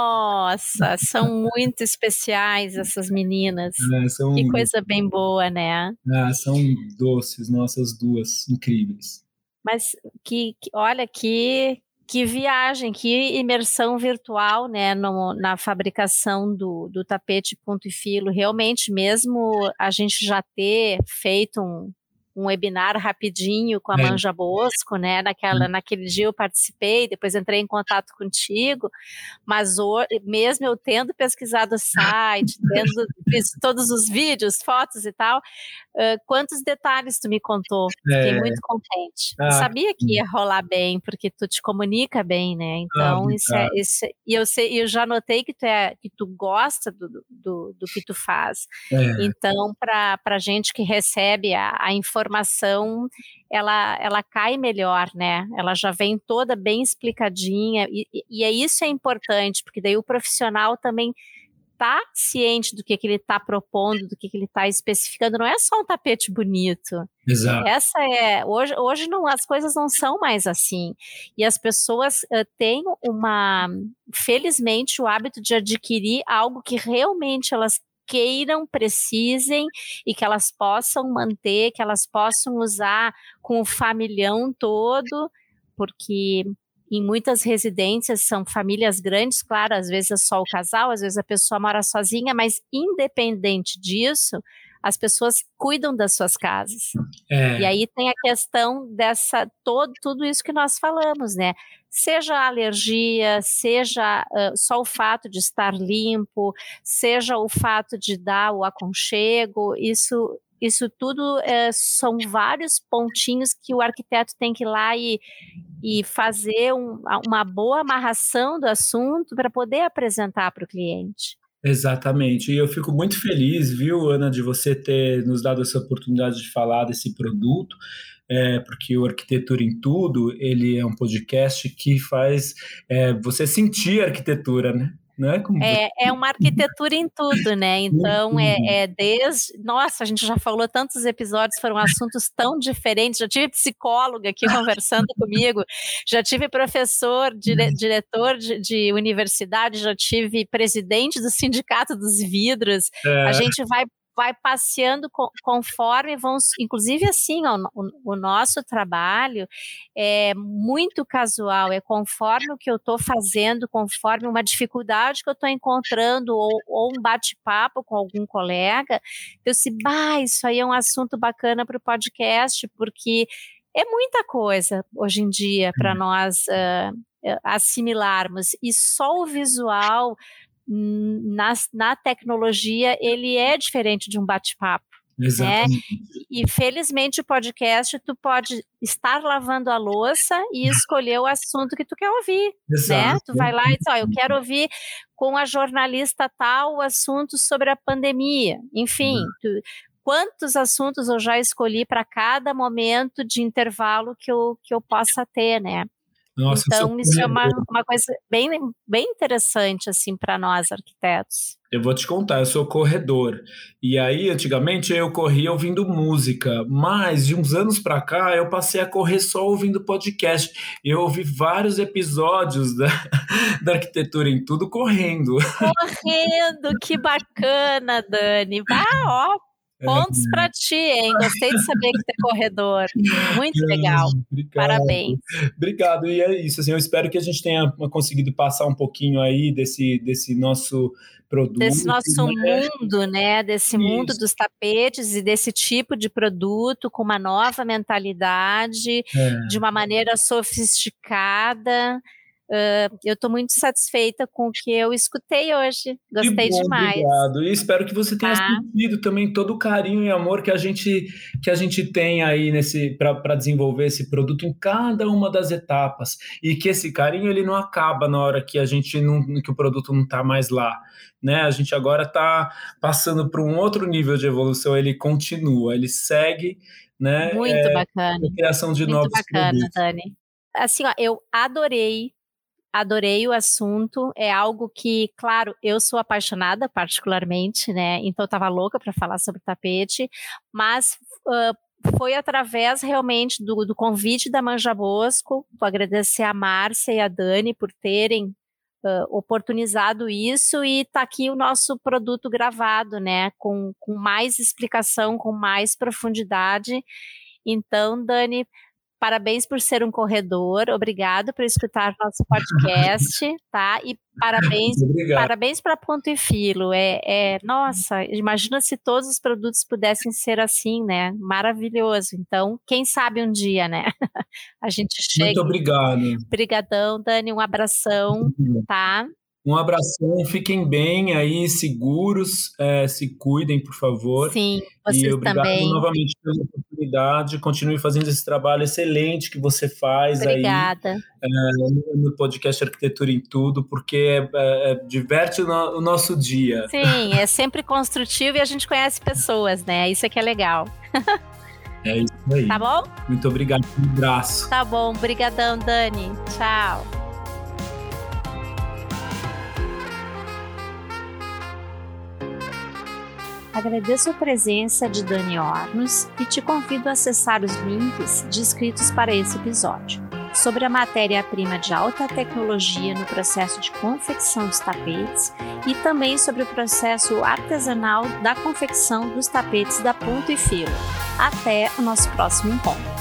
Nossa, são muito especiais essas meninas. É, são... Que coisa bem boa, né? Ah, são doces, nossas duas, incríveis. Mas que, que olha que... Que viagem, que imersão virtual, né, no, na fabricação do, do tapete Ponto e Filo. Realmente, mesmo a gente já ter feito um, um webinar rapidinho com a é. Manja Bosco, né, naquela, é. naquele dia eu participei, depois entrei em contato contigo, mas o, mesmo eu tendo pesquisado o site, tendo visto todos os vídeos, fotos e tal, uh, quantos detalhes tu me contou, fiquei é. muito contente. Ah, sabia que ia rolar bem, porque tu te comunica bem, né, então ah, isso é, isso, e eu, sei, eu já notei que tu, é, que tu gosta do, do, do que tu faz, é. Então para a gente que recebe a, a informação informação, ela, ela cai melhor, né? Ela já vem toda bem explicadinha e, e é isso é importante, porque daí o profissional também está ciente do que, que ele está propondo, do que, que ele está especificando, não é só um tapete bonito. Exato. Essa é, hoje, hoje não, as coisas não são mais assim, e as pessoas uh, têm uma, felizmente, o hábito de adquirir algo que realmente elas queiram, precisem e que elas possam manter, que elas possam usar com o familhão todo, porque em muitas residências são famílias grandes, claro, às vezes é só o casal, às vezes a pessoa mora sozinha, mas independente disso, as pessoas cuidam das suas casas. É. E aí tem a questão dessa, todo, tudo isso que nós falamos, né? Seja a alergia, seja uh, só o fato de estar limpo, seja o fato de dar o aconchego, isso, isso tudo uh, são vários pontinhos que o arquiteto tem que ir lá e, e fazer um, uma boa amarração do assunto para poder apresentar para o cliente. Exatamente, e eu fico muito feliz, viu, Ana, de você ter nos dado essa oportunidade de falar desse produto, é, porque o Arquitetura em Tudo, ele é um podcast que faz é, você sentir a arquitetura, né? Não é, como... é, é uma arquitetura em tudo, né? Então, é, é desde... Nossa, a gente já falou tantos episódios, foram assuntos tão diferentes. Já tive psicóloga aqui conversando comigo, já tive professor, dire, diretor de, de universidade, já tive presidente do Sindicato dos Vidros. É. A gente vai... vai passeando co- conforme vão, inclusive assim, ó, o, o nosso trabalho é muito casual, é conforme o que eu estou fazendo, conforme uma dificuldade que eu estou encontrando ou, ou um bate-papo com algum colega, eu disse, bah, isso aí é um assunto bacana para o podcast, porque é muita coisa hoje em dia para nós uh, assimilarmos, e só o visual Na, na tecnologia, ele é diferente de um bate-papo. Exatamente. Né? E felizmente o podcast, tu pode estar lavando a louça e escolher o assunto que tu quer ouvir. Né? Tu vai lá e diz, ó, eu quero ouvir com a jornalista tal o assunto sobre a pandemia. Enfim, tu, quantos assuntos eu já escolhi para cada momento de intervalo que eu, que eu possa ter, né? Nossa, então, isso é uma, uma coisa bem, bem interessante, assim, para nós, arquitetos. Eu vou te contar, eu sou corredor. E aí, antigamente, eu corria ouvindo música, mas de uns anos para cá, eu passei a correr só ouvindo podcast. Eu ouvi vários episódios da, da Arquitetura em Tudo correndo. Correndo, que bacana, Dani. Ah, ó, pontos é. para ti, hein? Gostei de saber que tu é corredor. Muito legal. Obrigado. Parabéns. Obrigado. E é isso, assim, eu espero que a gente tenha conseguido passar um pouquinho aí desse, desse nosso produto. Desse nosso né? mundo, né? Desse isso. mundo dos tapetes e desse tipo de produto com uma nova mentalidade, é. de uma maneira sofisticada. Uh, eu estou muito satisfeita com o que eu escutei hoje. Gostei bom, demais. Obrigado. E espero que você tenha ah. sentido também todo o carinho e amor que a gente, que a gente tem aí nesse para desenvolver esse produto em cada uma das etapas. E que esse carinho ele não acaba na hora que a gente não, que o produto não está mais lá. Né? A gente agora está passando para um outro nível de evolução, ele continua, ele segue, né? Muito é, bacana. A criação de muito novos bacana, produtos. Dani. Assim, ó, eu adorei Adorei o assunto, é algo que, claro, eu sou apaixonada particularmente, né, então eu estava louca para falar sobre tapete, mas uh, foi através realmente do, do convite da Manja Bosco, vou agradecer a Márcia e a Dani por terem uh, oportunizado isso e tá aqui o nosso produto gravado, né, com, com mais explicação, com mais profundidade. Então, Dani, parabéns por ser um corredor, obrigado por escutar nosso podcast, tá? E parabéns, parabéns para Ponto e Filo. É, é, nossa, imagina se todos os produtos pudessem ser assim, né? Maravilhoso. Então, quem sabe um dia, né? A gente chega. Muito obrigado. Obrigadão, Dani, um abração, tá? Um abração, fiquem bem aí, seguros, é, se cuidem, por favor. Sim, vocês e obrigado também. novamente pela oportunidade, continue fazendo esse trabalho excelente que você faz. Obrigada. aí é, no podcast Arquitetura em Tudo, porque é, é, diverte o, no, o nosso dia. Sim, é sempre construtivo e a gente conhece pessoas, né? Isso é que é legal. É isso aí. Tá bom? Muito obrigado, um abraço. Tá bom, brigadão, Dani. Tchau. Agradeço a presença de Dani Ornos e te convido a acessar os links descritos para esse episódio, sobre a matéria-prima de alta tecnologia no processo de confecção dos tapetes e também sobre o processo artesanal da confecção dos tapetes da Ponto e Filo. Até o nosso próximo encontro.